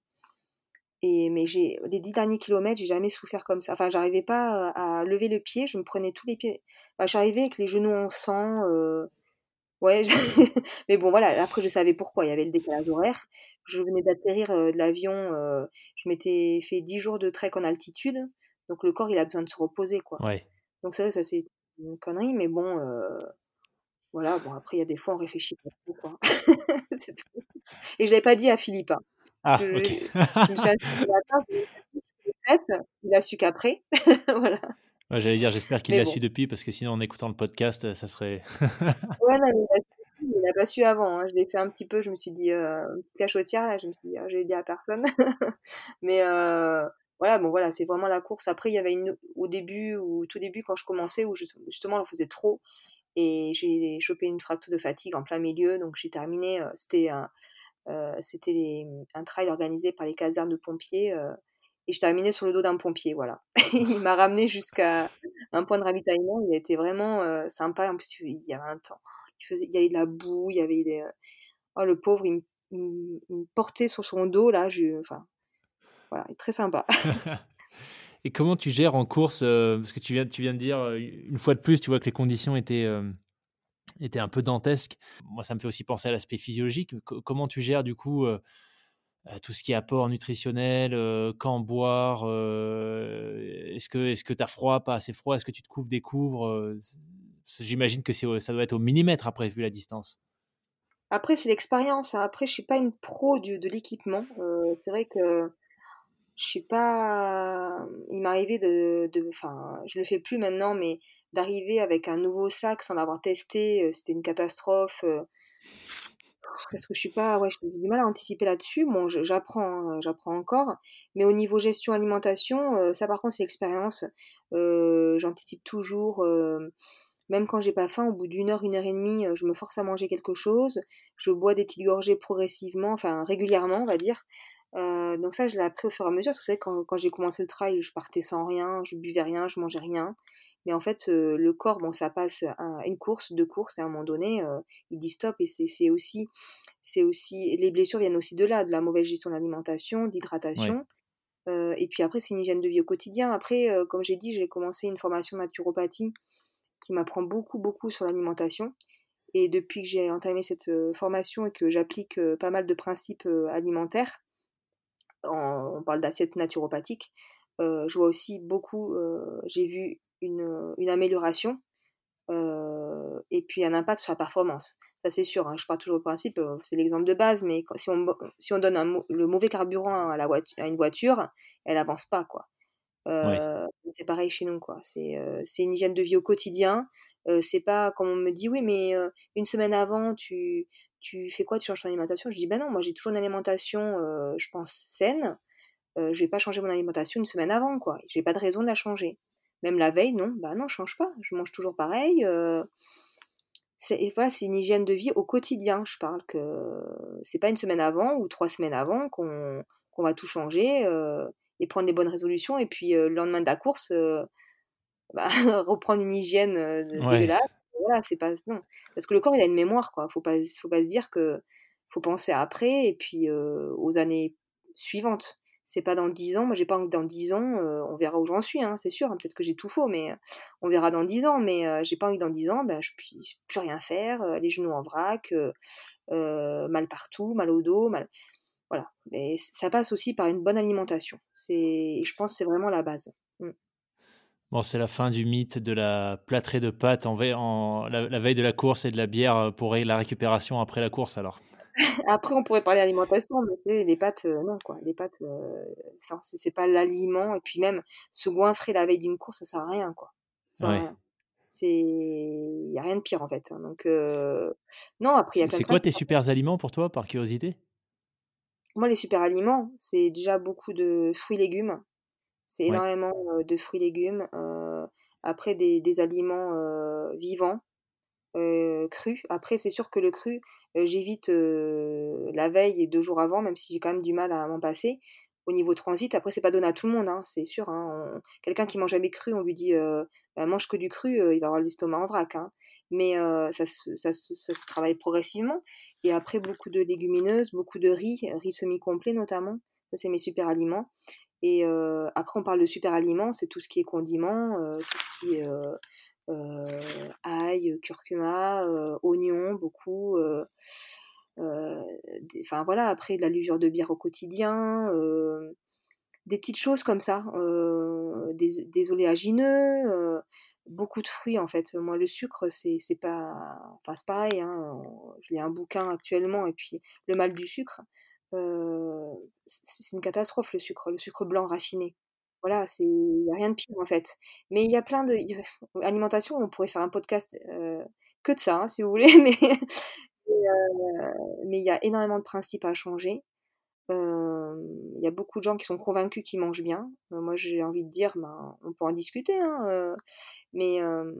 et mais j'ai les dix derniers kilomètres, j'ai jamais souffert comme ça. Enfin, j'arrivais pas à à lever le pied, je me prenais tous les pieds enfin, j'arrivais avec les genoux en sang, heu, ouais, je mais bon, voilà, après je savais pourquoi, il y avait le décalage horaire. Je venais d'atterrir, heu, de l'avion, heu, je m'étais fait dix jours de trek en altitude, donc le corps, il a besoin de se reposer, quoi. Ouais. Donc c'est vrai, ça c'est une connerie, mais bon, heu voilà, bon après il y a des fois on réfléchit pas trop quoi. C'est tout et je l'avais pas dit à Philippe, hein. Ah OK. Je je me suis assise le matin, je lui ai pas dit que j'étais prête, il a su qu'après. Voilà. Ouais, j'allais dire, j'espère qu'il Mais l'a bon. su depuis parce que sinon en écoutant le podcast, heu, ça serait Ouais, non, mais il a su, mais il a pas su avant, hein. Je l'ai fait un petit peu, je me suis dit, heu, une petite cachotière là, je me suis dit: «Ah, je vais dire à personne». Mais heu, voilà, bon voilà, c'est vraiment la course. Après il y avait une au début, au tout début quand je commençais où jus justement j'en faisais trop et j'ai chopé une fracture de fatigue en plein milieu, donc j'ai terminé, heu, c'était un Heu, c'était les mmh, un trail organisé par les casernes de pompiers, heu et je terminais sur le dos d'un pompier, voilà. Il m'a ramenée jusqu'à un point de ravitaillement. Il a été vraiment, heu, sympa. En plus, il y avait un temps, il faisait il y avait de la boue, il y avait des, heu oh le pauvre, il me il me il me portait sur son dos là, je enfin, voilà, très sympa. et comment tu gères en course, heu, parce que tu viens tu viens de dire, heu, une fois de plus, tu vois que les conditions étaient, hem, étaient un peu dantesques. Moi, ça me fait aussi penser à l'aspect physiologique. Co comment tu gères du coup, heu heu, tout ce qui est apport nutritionnel, heu, quand boire, heu, est-ce que est-ce que tu as froid, pas assez froid? Est-ce que tu te couvres, découvres, heu? C J'imagine que c'est au ça doit être au millimètre après, vu la distance? Après, c'est l'expérience, hein. Après, je suis pas une pro du de l'équipement. Heu, c'est vrai que je suis pas il m'arrivait de de enfin, je le fais plus maintenant, mais d'arriver avec un nouveau sac sans l'avoir testé, heu, c'était une catastrophe, heu, parce que je suis pas ouais, j'ai du mal à anticiper là-dessus. Bon, je j'apprends, hein, j'apprends encore, mais au niveau gestion alimentation, heu, ça par contre c'est l'expérience. Heu, j'anticipe toujours, hem, même quand j'ai pas faim, au bout d'une heure, une heure et demie, heu, je me force à manger quelque chose. Je bois des petites gorgées progressivement, enfin régulièrement, on va dire. Heu, donc ça, je l'ai appris au fur et à mesure, parce que c'est vrai que quand quand j'ai commencé le trail, je partais sans rien, je buvais rien, je mangeais rien. Mais en fait, heu, le corps, bon, ça passe à une course, deux courses et à un moment donné, heu, il dit stop et c'est c'est aussi c'est aussi les blessures viennent aussi de là, de la mauvaise gestion de l'alimentation, de Ouais, l'hydratation, heu et puis après c'est une hygiène de vie au quotidien. Après, heu, comme j'ai dit, j'ai commencé une formation naturopathie qui m'apprend beaucoup, beaucoup sur l'alimentation et depuis que j'ai entamé cette, heu, formation et que j'applique, heu, pas mal de principes, heu, alimentaires, en on parle d'assiette naturopathique, heu, je vois aussi beaucoup, heu, j'ai vu une, une amélioration, heu et puis un impact sur la performance. Ça c'est sûr, hein, je pars toujours au principe, heu, c'est l'exemple de base, mais quand si on me si on donne un mau le mauvais carburant à la voit à une voiture, elle avance pas, quoi. ouais. Heu, c'est pareil chez nous, quoi. C'est, heu, c'est une hygiène de vie au quotidien. Heu, c'est pas comme on me dit: «Oui, mais heu, une semaine avant, tu tu fais quoi? Tu changes ton alimentation?» Je dis: «Bah non, moi j'ai toujours une alimentation, heu, je pense saine. Heu, je vais pas changer mon alimentation une semaine avant, quoi. J'ai pas de raison de la changer. Même la veille, non, bah non, je change pas. Je mange toujours pareil, heu». C'est et voilà, c'est une hygiène de vie au quotidien. Je parle que c'est pas une semaine avant ou trois semaines avant qu'on qu'on va tout changer, heu et prendre les bonnes résolutions et puis, heu, le lendemain de la course, heu, bah, reprendre une hygiène, heu, Ouais. dégueulasse. Voilà, c'est pas non. Parce que le corps, il a une mémoire, quoi. Faut pas faut pas se dire que faut penser à après et puis, heu, aux années suivantes. C'est pas dans dix ans, moi j'ai pas envie que dans dix ans, heu, on verra où j'en suis, hein, c'est sûr, hein, peut-être que j'ai tout faux, mais, heu, on verra dans dix ans, mais, heu, j'ai pas envie que dans dix ans, ben, je puisse plus rien faire, heu, les genoux en vrac, heu heu, mal partout, mal au dos, mal voilà. Mais ç ça passe aussi par une bonne alimentation. C'est je pense que c'est vraiment la base. Mmh. Bon, c'est la fin du mythe de la plâtrée de pâtes en veille en la la veille de la course et de la bière, heu, pour ré la récupération après la course alors? Après, on pourrait parler alimentation, mais tu sais, les pâtes, heu, non quoi, les pâtes, heu, ça c'est c'est pas l'aliment et puis même se goinfrer la veille d'une course, ça sert à rien quoi. Ça sert à Ouais. rien. C'est il y a rien de pire en fait, hein, donc heu, non, après il y a C'est plein de c'est quoi principes. tes supers aliments pour toi, par curiosité? Moi, les super aliments, c'est déjà beaucoup de fruits légumes. C'est Ouais. énormément, heu, de fruits légumes, heu, après des des aliments, heu, vivants, heu, crus. Après c'est sûr que le cru, heu, j'évite, heu, la veille et deux jours avant, même si j'ai quand même du mal à m'en passer. Au niveau transit, après c'est pas donné à tout le monde, hein, c'est sûr, hein, on quelqu'un qui mange jamais cru, on lui dit, heu: «Bah, mange que du cru», heu, il va avoir l'estomac en vrac, hein. Mais heu, ça se ça se ça se travaille progressivement et après beaucoup de légumineuses, beaucoup de riz, riz semi-complet notamment. Ça, c'est mes super aliments et heu, après on parle de super aliments, c'est tout ce qui est condiments, heu, tout ce qui est, heu heu, ail, curcuma, heu, oignon beaucoup, heu heu, des enfin voilà, après de la levure de bière au quotidien, heu, des petites choses comme ça, heu, des des oléagineux, heu, beaucoup de fruits en fait. Moi le sucre c'est c'est pas enfin c'est pareil, hein, je lis un bouquin actuellement et puis Le mal du sucre, heu, c c'est une catastrophe le sucre, le sucre blanc raffiné. Voilà, c'est il y a rien de pire en fait. Mais il y a plein de il y a alimentation, on pourrait faire un podcast, heu, que de ça, hein, si vous voulez, mais mais heu, mais il y a énormément de principes à changer. Hem, il y a beaucoup de gens qui sont convaincus qu'ils mangent bien. Heu, moi j'ai envie de dire, ben, on peut en discuter, hein, heu, mais hem,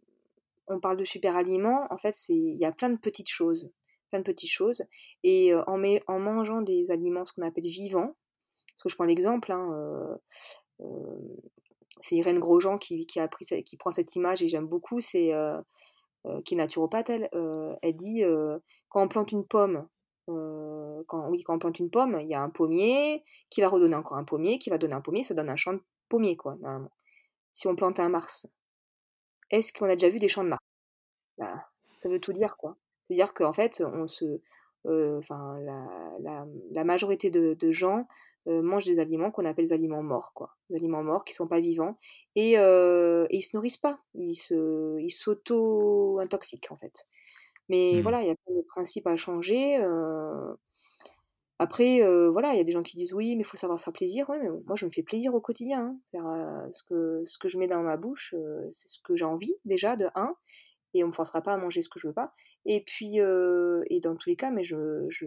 on parle de super aliments, en fait, c'est il y a plein de petites choses, plein de petites choses et heu, en mé en mangeant des aliments, ce qu'on appelle vivants, parce que je prends l'exemple, hein, heu, hem, c'est Irène Grosjean qui qui a pris ce qui prend cette image et j'aime beaucoup, c'est, heu heu, qui est naturopathe elle, heu, elle dit, heu: «Quand on plante une pomme, heu, quand oui, quand on plante une pomme, il y a un pommier qui va redonner encore un pommier, qui va donner un pommier, ça donne un champ de pommiers quoi, normalement. Si on plante un mars, est-ce qu'on a déjà vu des champs de mars? Bah, ça veut tout dire quoi. C'est-à-dire qu'en fait, on se heu, enfin la la la majorité de de gens, heu, mangent des aliments qu'on appelle des aliments morts quoi. Des aliments morts qui sont pas vivants et heu, et ils se nourrissent pas. Ils se ils s'auto-intoxiquent en fait. Mais Mmh. voilà, il y a plein de principes à changer, heu, après, heu, voilà, il y a des gens qui disent: «Oui, mais il faut savoir se faire plaisir». Ouais, mais moi je me fais plaisir au quotidien, hein. C'est-à-dire, heu, ce que ce que je mets dans ma bouche, heu, c'est ce que j'ai envie déjà de un et on me forcera pas à manger ce que je veux pas et puis, heu et dans tous les cas, mais je je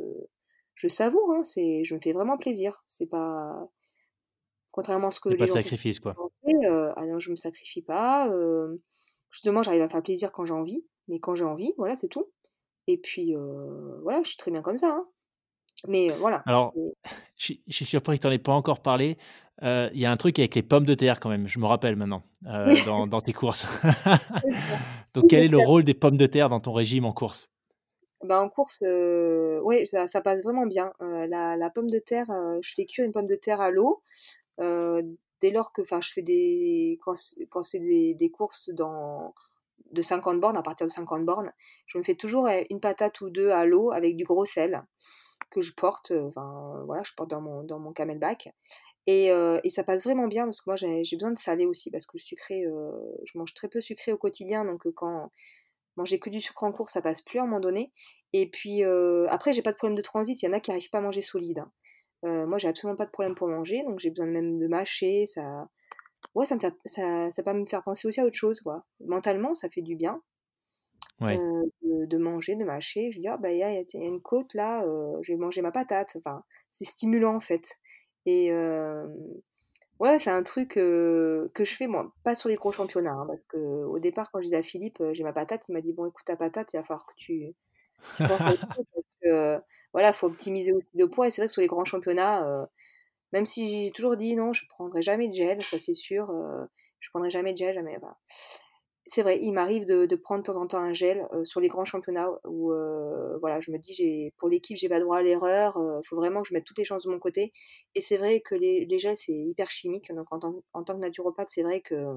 je savoure, hein, c'est je me fais vraiment plaisir. C'est pas contrairement à ce que Il y a pas les de gens peuvent sacrifice, quoi. penser, heu, ah non, je me sacrifie pas, hem, justement, j'arrive à me faire plaisir quand j'ai envie, mais quand j'ai envie, voilà, c'est tout et puis, heu, voilà, je suis très bien comme ça, hein. Mais, heu, voilà, Alors, c'est je suis je suis surpris que tu en aies pas encore parlé. Heu, il y a un truc avec les pommes de terre quand même, je me rappelle maintenant, heu, oui, dans dans tes courses. c'est ça. Donc Oui, quel c'est est le clair. rôle des pommes de terre dans ton régime en course? Bah, en course, heu, ouais, ça ça passe vraiment bien. Heu, la la pomme de terre, heu, je fais cuire une pomme de terre à l'eau, heu, dès lors que enfin, je fais des quand c'est quand c'est des des courses dans de cinquante bornes, à partir de cinquante bornes, je me fais toujours, heu, une patate ou deux à l'eau avec du gros sel que je porte, heu, enfin, voilà, je porte dans mon dans mon camelback et heu et ça passe vraiment bien parce que moi j'ai j'ai besoin de salé aussi parce que le sucré, heu, je mange très peu sucré au quotidien donc heu, quand manger que du sucre en cours, ça passe plus à un moment donné et puis, heu, après j'ai pas de problème de transit, il y en a qui arrivent pas à manger solide, hein. Heu, moi j'ai absolument pas de problème pour manger, donc j'ai besoin même de mâcher, ça ouais, ça me fait ça ça peut me faire penser aussi à autre chose, quoi. Mentalement, ça fait du bien, Ouais. heu, de de manger, de mâcher. Je dis: «Ah bah, il y a il y a une côte là, heu, je vais manger ma patate». Enfin, c'est stimulant en fait et hem, ouais, c'est un truc, heu, que je fais moi, pas sur les gros championnats, hein, parce qu'au départ quand je disais à Philippe, heu: «J'ai ma patate», il m'a dit: «Bon écoute ta patate, il va falloir que tu tu penses à autre chose parce que, voilà, faut optimiser aussi le poids» et c'est vrai que sur les grands championnats, heu, même si j'ai toujours dit: «Non, je prendrai jamais de gel», ça c'est sûr, heu, je prendrai jamais de gel, jamais, enfin c'est vrai, il m'arrive de de prendre de temps en temps un gel, heu, sur les grands championnats où, heu, voilà, je me dis: «J'ai pour l'équipe, j'ai pas droit à l'erreur, heu, faut vraiment que je mette toutes les chances de mon côté» et c'est vrai que les les gels, c'est hyper chimique donc en tant en tant que naturopathe, c'est vrai que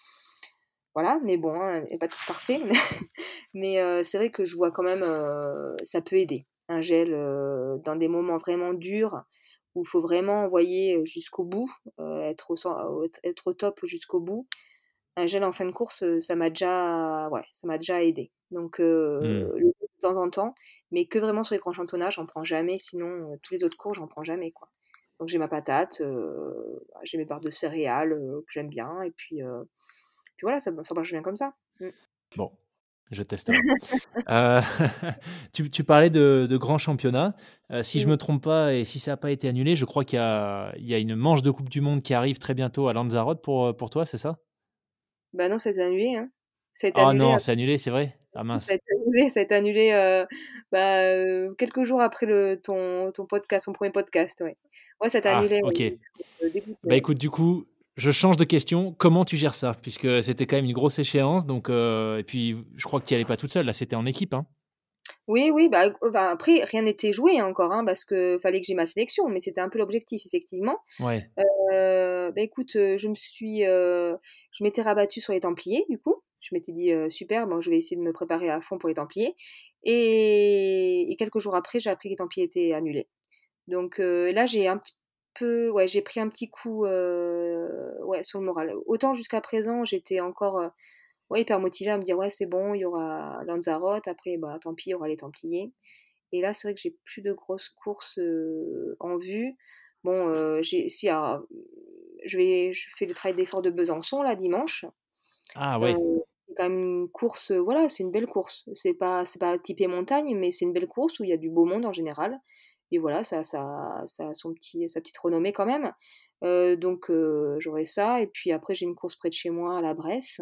voilà, mais bon, hein, il y a pas tout parfait mais heu, c'est vrai que je vois quand même, heu, ça peut aider. Un gel, heu, dans des moments vraiment durs où il faut vraiment envoyer jusqu'au bout, heu, être au cent être au top jusqu'au bout. un gel en fin de course, heu, ça m'a déjà ouais, ça m'a déjà aidé. Donc Mmh. heu, le de temps en temps, mais que vraiment sur les grands championnats, j'en prends jamais, sinon, heu, tous les autres cours, j'en prends jamais, quoi. Donc j'ai ma patate, heu, bah, j'ai mes barres de céréales, heu, que j'aime bien et puis, heu, puis voilà, ça ça marche bien comme ça. Mmh. Bon, je testerai. Heu, tu tu parlais de de grands championnats, heu, si je Mmh. me trompe pas et si ça a pas été annulé, je crois qu'il y a il y a une manche de coupe du monde qui arrive très bientôt à Lanzarote pour, heu, pour toi, c'est ça? Bah non, ça a été annulé, hein. Ça a été Oh annulé, non, heu, c'est annulé, c'est vrai? Ah ça a mince. été annulé ça a été annulé, heu, bah, heu, quelques jours après le ton ton podcast, ton premier podcast, ouais. Ouais, ça a été Ah annulé, OK. ouais, heu, dégoûtée, Bah, ouais. écoute, du coup, je change de question. Comment tu gères ça? Puisque c'était quand même une grosse échéance donc heu et puis je crois que tu y allais pas toute seule, là, c'était en équipe, hein? Oui, oui, bah, enfin, après rien n'était joué encore, hein, parce que fallait que j'ai ma sélection, mais c'était un peu l'objectif effectivement. Ouais. Heu, bah, écoute, heu, je me suis, heu, je m'étais rabattue sur les Templiers du coup. Je m'étais dit, heu: «Super, bon je vais essayer de me préparer à fond pour les Templiers» et et quelques jours après, j'ai appris que les Templiers étaient annulés. Donc heu, là, j'ai un petit peu ouais, j'ai pris un petit coup, heu, ouais, sur le moral. Autant jusqu'à présent, j'étais encore, heu, ouais, hyper motivée à me dire: «Ouais, c'est bon, il y aura Lanzarote, après, bah, tant pis, il y aura les Templiers». Et là, c'est vrai que j'ai plus de grosses courses, heu, en vue. Bon, heu, j'ai si alors, je vais je fais le trail d'effort de Besançon là dimanche. Ah Heu, ouais. c'est quand même une course, heu, voilà, c'est une belle course. C'est pas c'est pas typé montagne, mais c'est une belle course où il y a du beau monde en général et voilà, ça ça ça a son petit sa petite renommée quand même. Heu, donc heu, j'aurai ça et puis après j'ai une course près de chez moi à la Bresse.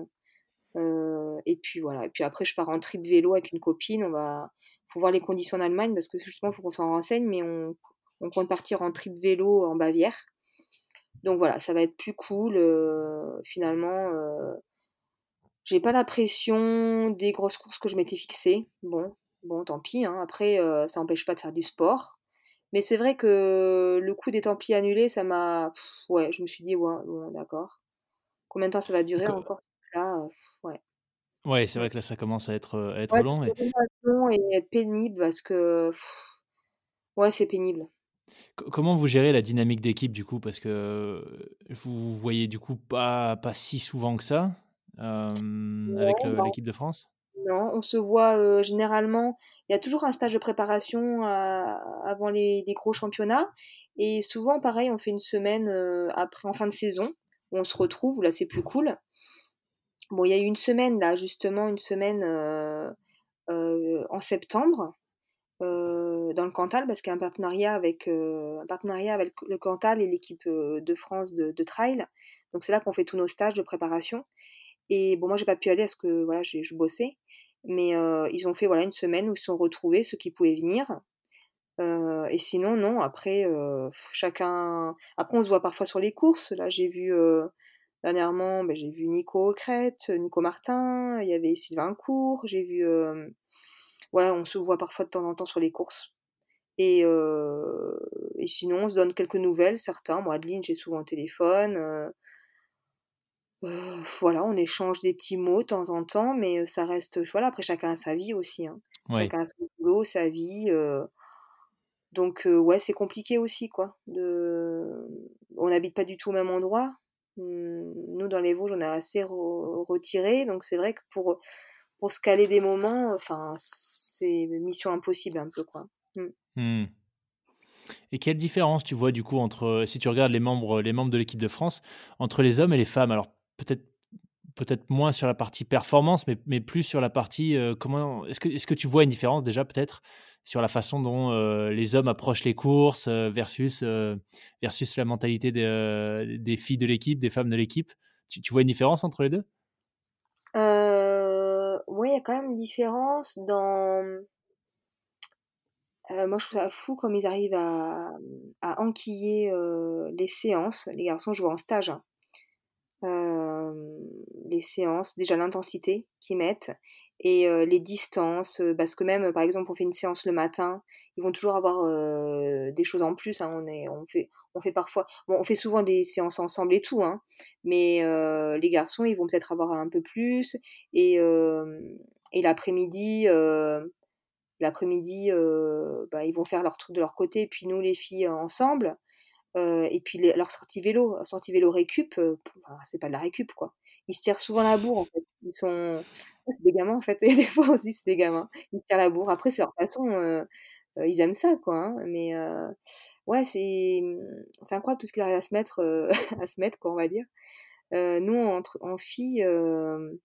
Heu et puis voilà et puis après je pars en trip vélo avec une copine. On va faut voir les conditions en Allemagne parce que justement, il faut qu'on s'en renseigne, mais on on compte partir en trip vélo en Bavière. Donc voilà, ça va être plus cool, heu, finalement, heu, j'ai pas la pression des grosses courses que je m'étais fixées. Bon, bon tant pis, hein, après, heu, ça empêche pas de faire du sport. Mais c'est vrai que le coup des Templiers annulés, ça m'a pff, ouais, je me suis dit: «Ouais, bon d'accord. Combien de temps ça va Et durer co encore là?» heu, ouais. ouais, c'est Mmh. vrai que là, ça commence à être, heu, à Ouais, être long et c'est tellement long et être pénible parce que ouais, c'est pénible. co comment vous gérez la dynamique d'équipe, du coup? Parce que, heu, vous vous voyez, du coup, pas pas si souvent que ça, hem, avec Non, le bah, l'équipe de France? non, on se voit, heu, généralement il y a toujours un stage de préparation, heu, avant les les gros championnats et souvent pareil, on fait une semaine, heu, après en fin de saison, où on se retrouve, où là, c'est plus cool. Bon, il y a eu une semaine là, justement, une semaine, heu heu, en septembre, heu, dans le Cantal parce qu'il y a un partenariat avec, heu, un partenariat avec le Cantal et l'équipe, heu, de France de de trail. Donc c'est là qu'on fait tous nos stages de préparation. Et bon, moi, j'ai pas pu aller parce que voilà, j'ai je bossais, mais heu, ils ont fait, voilà, une semaine où ils se sont retrouvés, ceux qui pouvaient venir, heu et sinon, non, après, heu, chacun après, on se voit parfois sur les courses. Là, j'ai vu, heu, dernièrement, bah, j'ai vu Nico Crête, Nico Martin, il y avait Sylvain Court, j'ai vu, hem, voilà, on se voit parfois de temps en temps sur les courses et heu et sinon, on se donne quelques nouvelles, certains. Moi, Adeline, j'ai souvent au téléphone, heu Heu, voilà, on échange des petits mots de temps en temps, mais heu, ça reste voilà, après chacun a sa vie aussi, hein. Ouais. Chacun a son boulot, sa vie, heu, donc heu, ouais, c'est compliqué aussi, quoi, de on n'habite pas du tout au même endroit. Mmh, nous, dans les Vosges, on est assez re retirés, donc c'est vrai que pour, pour se caler des moments, enfin, c'est mission impossible un peu, quoi. Mmh. Mmh. Et quelle différence tu vois du coup entre, si tu regardes les membres les membres de l'équipe de France, entre les hommes et les femmes? Alors peut-être peut-être moins sur la partie performance, mais mais plus sur la partie, heu, comment est-ce que est-ce que tu vois une différence déjà peut-être sur la façon dont, heu, les hommes approchent les courses, heu, versus, heu, versus la mentalité des, heu, des filles de l'équipe, des femmes de l'équipe? Tu tu vois une différence entre les deux? Heu, ouais, il y a quand même une différence dans Heu, moi, je trouve ça fou comme ils arrivent à, mmh, à enquiller, heu, les séances. Les garçons jouent en stage, hein. Hem, les séances, déjà l'intensité qu'ils mettent et heu, les distances, heu, parce que même, par exemple, on fait une séance le matin, ils vont toujours avoir, heu, des choses en plus, hein. On est on fait on fait parfois bon, on fait souvent des séances ensemble et tout, hein, mais heu, les garçons, ils vont peut-être avoir un peu plus et hem et l'après-midi, heu L'après-midi, heu, bah, ils vont faire leur truc de leur côté, puis nous les filles, heu, ensemble, heu et puis les leur sortie vélo, sortie vélo récup, heu, p enfin, c'est pas de la récup, quoi. ils se tirent souvent la bourre, en fait. Ils sont ouais, c'est des gamins, en fait et des fois aussi, c'est des gamins. Ils se tirent la bourre. Après, c'est leur façon, heu heu, ils aiment ça, quoi, hein, mais heu, ouais, c'est, mmh, c'est incroyable tout ce qu'ils arrivent à se mettre, heu, à se mettre, quoi, on va dire. Heu, nous, entre en filles, hem,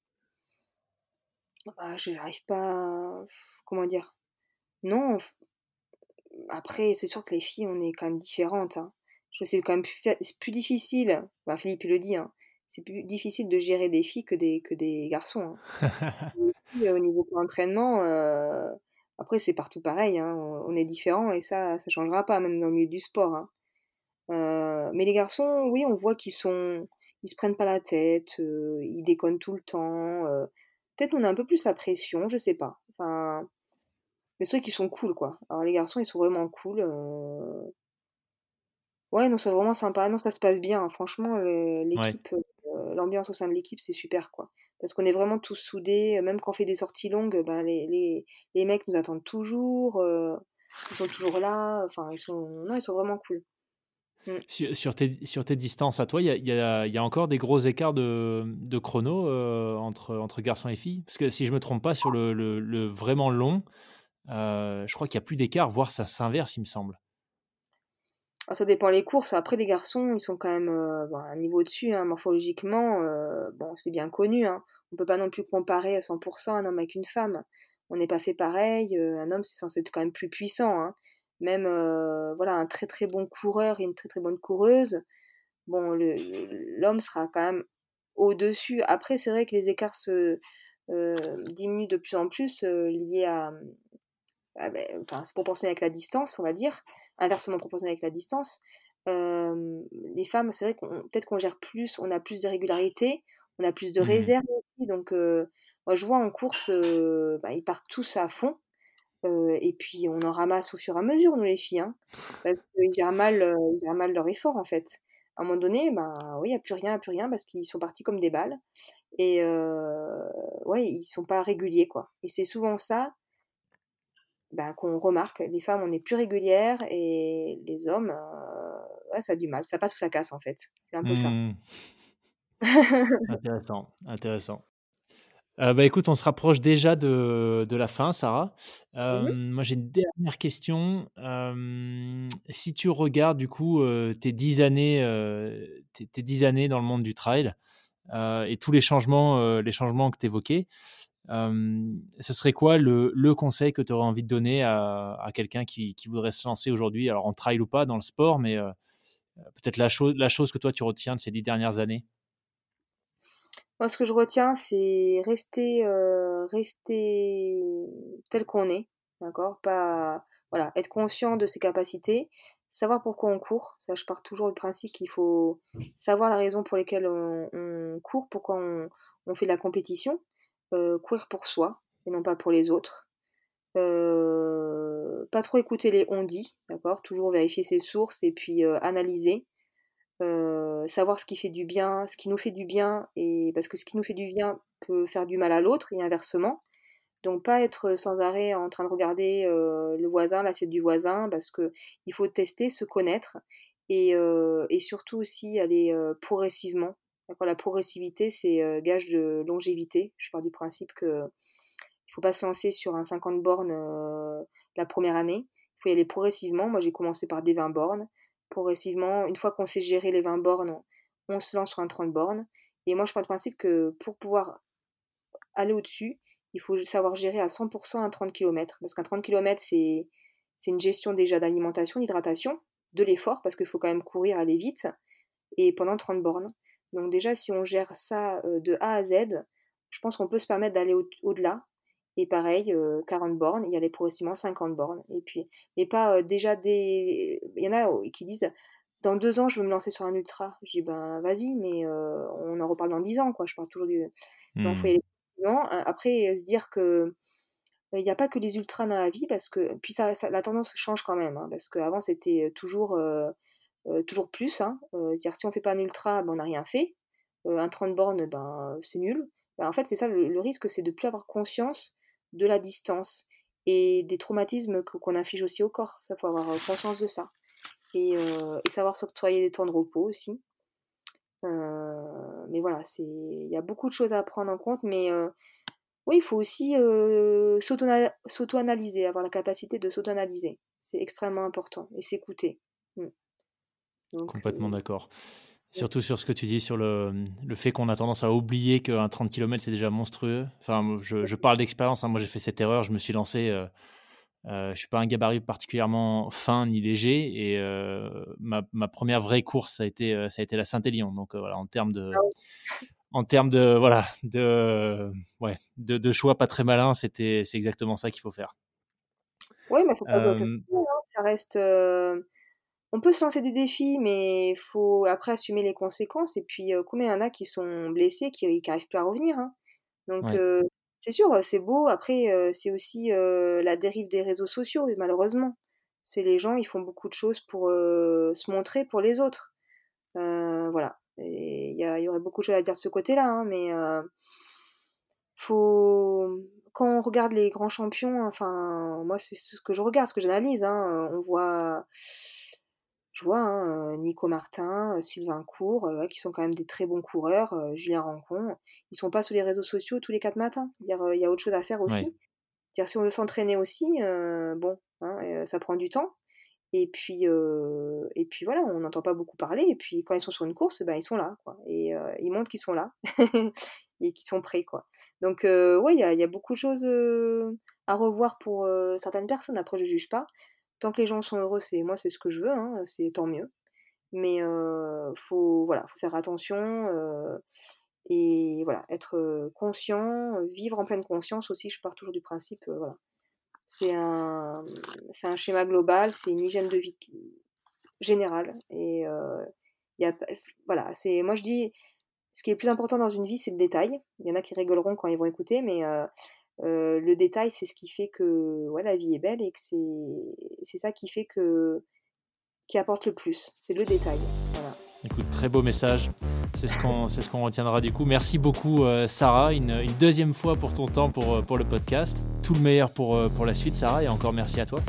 bah, je j'arrive pas comment dire? Non, f après, c'est sûr que les filles, on est quand même différentes, hein. Je trouve que c'est quand même plus fa c'est plus difficile, bah, Philippe, il le dit, hein, c'est plus difficile de gérer des filles que des que des garçons, hein. Les filles, au niveau de l'entraînement, heu, après c'est partout pareil, hein, on on est différents et ça ça changera pas, même dans le milieu du sport, hein. Heu, mais les garçons, oui, on voit qu'ils sont ils se prennent pas la tête, heu, ils déconnent tout le temps, heu, peut-être on a un peu plus la pression, je sais pas. Enfin, mais c'est vrai qu'ils sont cool, quoi. Alors les garçons, ils sont vraiment cool, heu, ouais, non, c'est vraiment sympa. Non, ça se passe bien, hein. Franchement, le Ouais. l'équipe, heu, l'ambiance au sein de l'équipe, c'est super, quoi. Parce qu'on est vraiment tous soudés, heu, même quand on fait des sorties longues, ben, les les les mecs nous attendent toujours, heu, ils sont toujours là, enfin, ils sont non, ils sont vraiment cool. Mmh. Sur sur tes sur tes distances à toi, il y a il y a il y a encore des gros écarts de de chrono, heu, entre entre garçons et filles? Parce que si je me trompe pas sur le le le vraiment long, heu, je crois qu'il y a plus d'écart, voire ça s'inverse, il me semble. Ah, ça dépend les courses. Après, les garçons, ils sont quand même, heu, bon, un niveau au-dessus, hein, morphologiquement, heu, bon, c'est bien connu, hein. On peut pas non plus comparer à cent un homme avec une femme. On n'est pas fait pareil, heu, un homme, c'est censé être quand même plus puissant, hein. Même, heu, voilà, un très, très bon coureur et une très, très bonne coureuse, bon, le le l'homme sera quand même au-dessus. Après, c'est vrai que les écarts se, heu, diminuent de plus en plus, heu, liés à, mmh, ah beh, enfin, c'est proportionné avec la distance, on va dire, inversement proportionnel avec la distance. Hem, les femmes, c'est vrai qu'on peut-être qu'on gère plus, on a plus de régularité, on a plus de Mmh. réserve aussi, donc heu, moi je vois en course, heu, bah, ils partent tous à fond, heu et puis on en ramasse au fur et à mesure, nous les filles, hein, parce qu'ils gèrent mal, heu, ils gèrent mal leur effort, en fait. À un moment donné, ben, oui, il y a plus rien, il y a plus rien parce qu'ils sont partis comme des balles et heu, ouais, ils sont pas réguliers, quoi et c'est souvent ça bah, qu'on remarque, les femmes, on est plus régulières et les hommes, heu, ouais, ça a du mal. Ça passe ou ça casse, en fait. C'est un peu ça. Mmh. Intéressant, intéressant. Heu, bah, écoute, on se rapproche déjà de de la fin, Sarah. Mmh mh. Hem, moi, j'ai une dernière question. Hem, si tu regardes du coup, heu, tes dix années, heu, tes tes dix années dans le monde du trail, heu et tous les changements, heu, les changements que tu évoquais, hem, ce serait quoi le le conseil que tu aurais envie de donner à à quelqu'un qui qui voudrait se lancer aujourd'hui? Alors en trail ou pas, dans le sport, mais, heu, peut-être la chose la chose que toi tu retiens de ces dix dernières années? Moi, ce que je retiens, c'est rester, heu, rester tel qu'on est, d'accord? Pas voilà, être conscient de ses capacités, savoir pourquoi on court. Ça, je pars toujours du principe qu'il faut savoir la raison pour lesquelles on on court, pourquoi on on fait de la compétition. Heu, courir pour soi et non pas pour les autres. Heu, pas trop écouter les on-dit, d'accord? Toujours vérifier ses sources et puis, heu, analyser. Heu, savoir ce qui fait du bien, ce qui nous fait du bien et parce que ce qui nous fait du bien peut faire du mal à l'autre et inversement. Donc pas être sans arrêt en train de regarder, heu, le voisin, l'assiette du voisin parce qu'il faut tester, se connaître et heu et surtout aussi aller, heu, progressivement. D'accord? La progressivité, c'est, heu, gage de longévité. Je pars du principe que il faut pas se lancer sur un cinquante bornes, heu, la première année. Il faut y aller progressivement. Moi, j'ai commencé par des vingt bornes. Progressivement, une fois qu'on sait gérer les vingt bornes, on on se lance sur un trente bornes et moi, je pars du principe que pour pouvoir aller au-dessus, il faut savoir gérer à cent un trente kilomètres. Parce qu'un trente kilomètres, c'est c'est une gestion déjà d'alimentation, d'hydratation, de l'effort, parce qu'il faut quand même courir, aller vite et pendant trente bornes. Donc déjà, si on gère ça, heu, de A à Z, je pense qu'on peut se permettre d'aller au au-delà et pareil, heu, quarante bornes, y aller progressivement cinquante bornes et puis et pas, heu, déjà des il y en a, heu, qui disent: «Dans deux ans, je veux me lancer sur un ultra». Je dis: «Ben, vas-y, mais heu, on en reparle dans dix ans, quoi». Je pars toujours du non, faut y Mmh. aller progressivement. Heu, après, heu, se dire que, il y a pas que les ultras dans la vie parce que puis ça ça la tendance change quand même, hein, parce qu'avant c'était, heu, toujours, heu heu, toujours plus, hein, heu, c'est-à-dire si on fait pas un ultra, ben, on n'a rien fait. Heu, un trente bornes, ben, c'est nul. Bah, en fait, c'est ça le le risque, c'est de plus avoir conscience de la distance et des traumatismes que qu'on inflige aussi au corps. Ça, faut avoir, heu, conscience de ça et heu et savoir s'octroyer des temps de repos aussi. Heu, mais voilà, c'est il y a beaucoup de choses à prendre en compte, mais heu, oui, il faut aussi, heu, s'auto-ana s'auto-analyser, avoir la capacité de s'auto-analyser. C'est extrêmement important et s'écouter. Mmh, donc Complètement heu, d'accord. ouais. Surtout sur ce que tu dis sur le, mmh, le fait qu'on a tendance à oublier qu'un trente kilomètres, c'est déjà monstrueux. Enfin, moi, je je parle d'expérience, hein. Moi, j'ai fait cette erreur. Je me suis lancé, heu heu, je suis pas un gabarit particulièrement fin ni léger et heu, ma ma première vraie course, ça a été, heu, ça a été la Saint-Élion. Donc, heu, voilà, en termes de Ah oui. en termes de voilà, de ouais, de de choix pas très malins, c'était c'est exactement ça qu'il faut faire. Ouais, mais faut pas se Hem, hein, ça reste, heu on peut se lancer des défis, mais faut après assumer les conséquences et puis, heu, combien il y en a qui sont blessés, qui qui arrivent plus à revenir, hein? Donc ouais, heu, c'est sûr, c'est beau après, heu, c'est aussi, heu, la dérive des réseaux sociaux malheureusement. C'est les gens, ils font beaucoup de choses pour, heu, se montrer pour les autres. Heu, voilà et il y a il y aurait beaucoup de choses à dire de ce côté-là, hein, mais heu, faut quand on regarde les grands champions, enfin moi c'est ce que je regarde, ce que j'analyse, hein, heu, on voit je vois, hein, heu, Nico Martin, heu, Sylvain Court, heu, ouais, qui sont quand même des très bons coureurs, heu, Julien Rancon. Ils sont pas sur les réseaux sociaux tous les quatre matins. Dire, heu, il y a autre chose à faire ouais, aussi. Dire si on veut s'entraîner aussi, heu, bon, hein, heu, ça prend du temps et puis, heu et puis voilà, on n'entend pas beaucoup parler et puis quand ils sont sur une course, ben, ils sont là, quoi et heu, ils montrent qu'ils sont là et qu'ils sont prêts, quoi. Donc heu, ouais, il y a il y a beaucoup de choses, heu, à revoir pour, heu, certaines personnes. Après je juge pas. Tant que les gens sont heureux, c'est moi c'est ce que je veux, hein, c'est tant mieux. Mais heu, faut voilà, faut faire attention, heu et voilà, être, heu, conscient, heu, vivre en pleine conscience aussi. Je pars toujours du principe, heu, voilà, c'est un, mmh, c'est un schéma global, c'est une hygiène de vie générale et heu, il y a pas voilà, c'est moi je dis: «Ce qui est le plus important dans une vie, c'est le détail». Il y en a qui rigoleront quand ils vont écouter, mais heu heu, le détail, c'est ce qui fait que, ouais, la vie est belle et que c'est c'est ça qui fait que qui apporte le plus, c'est le détail, voilà. écoute, très beau message. C'est ce qu'on c'est ce qu'on retiendra du coup. Merci beaucoup, heu, Sarah, une, une deuxième fois pour ton temps pour, heu, pour le podcast. Tout le meilleur pour, heu, pour la suite, Sarah, et encore merci à toi.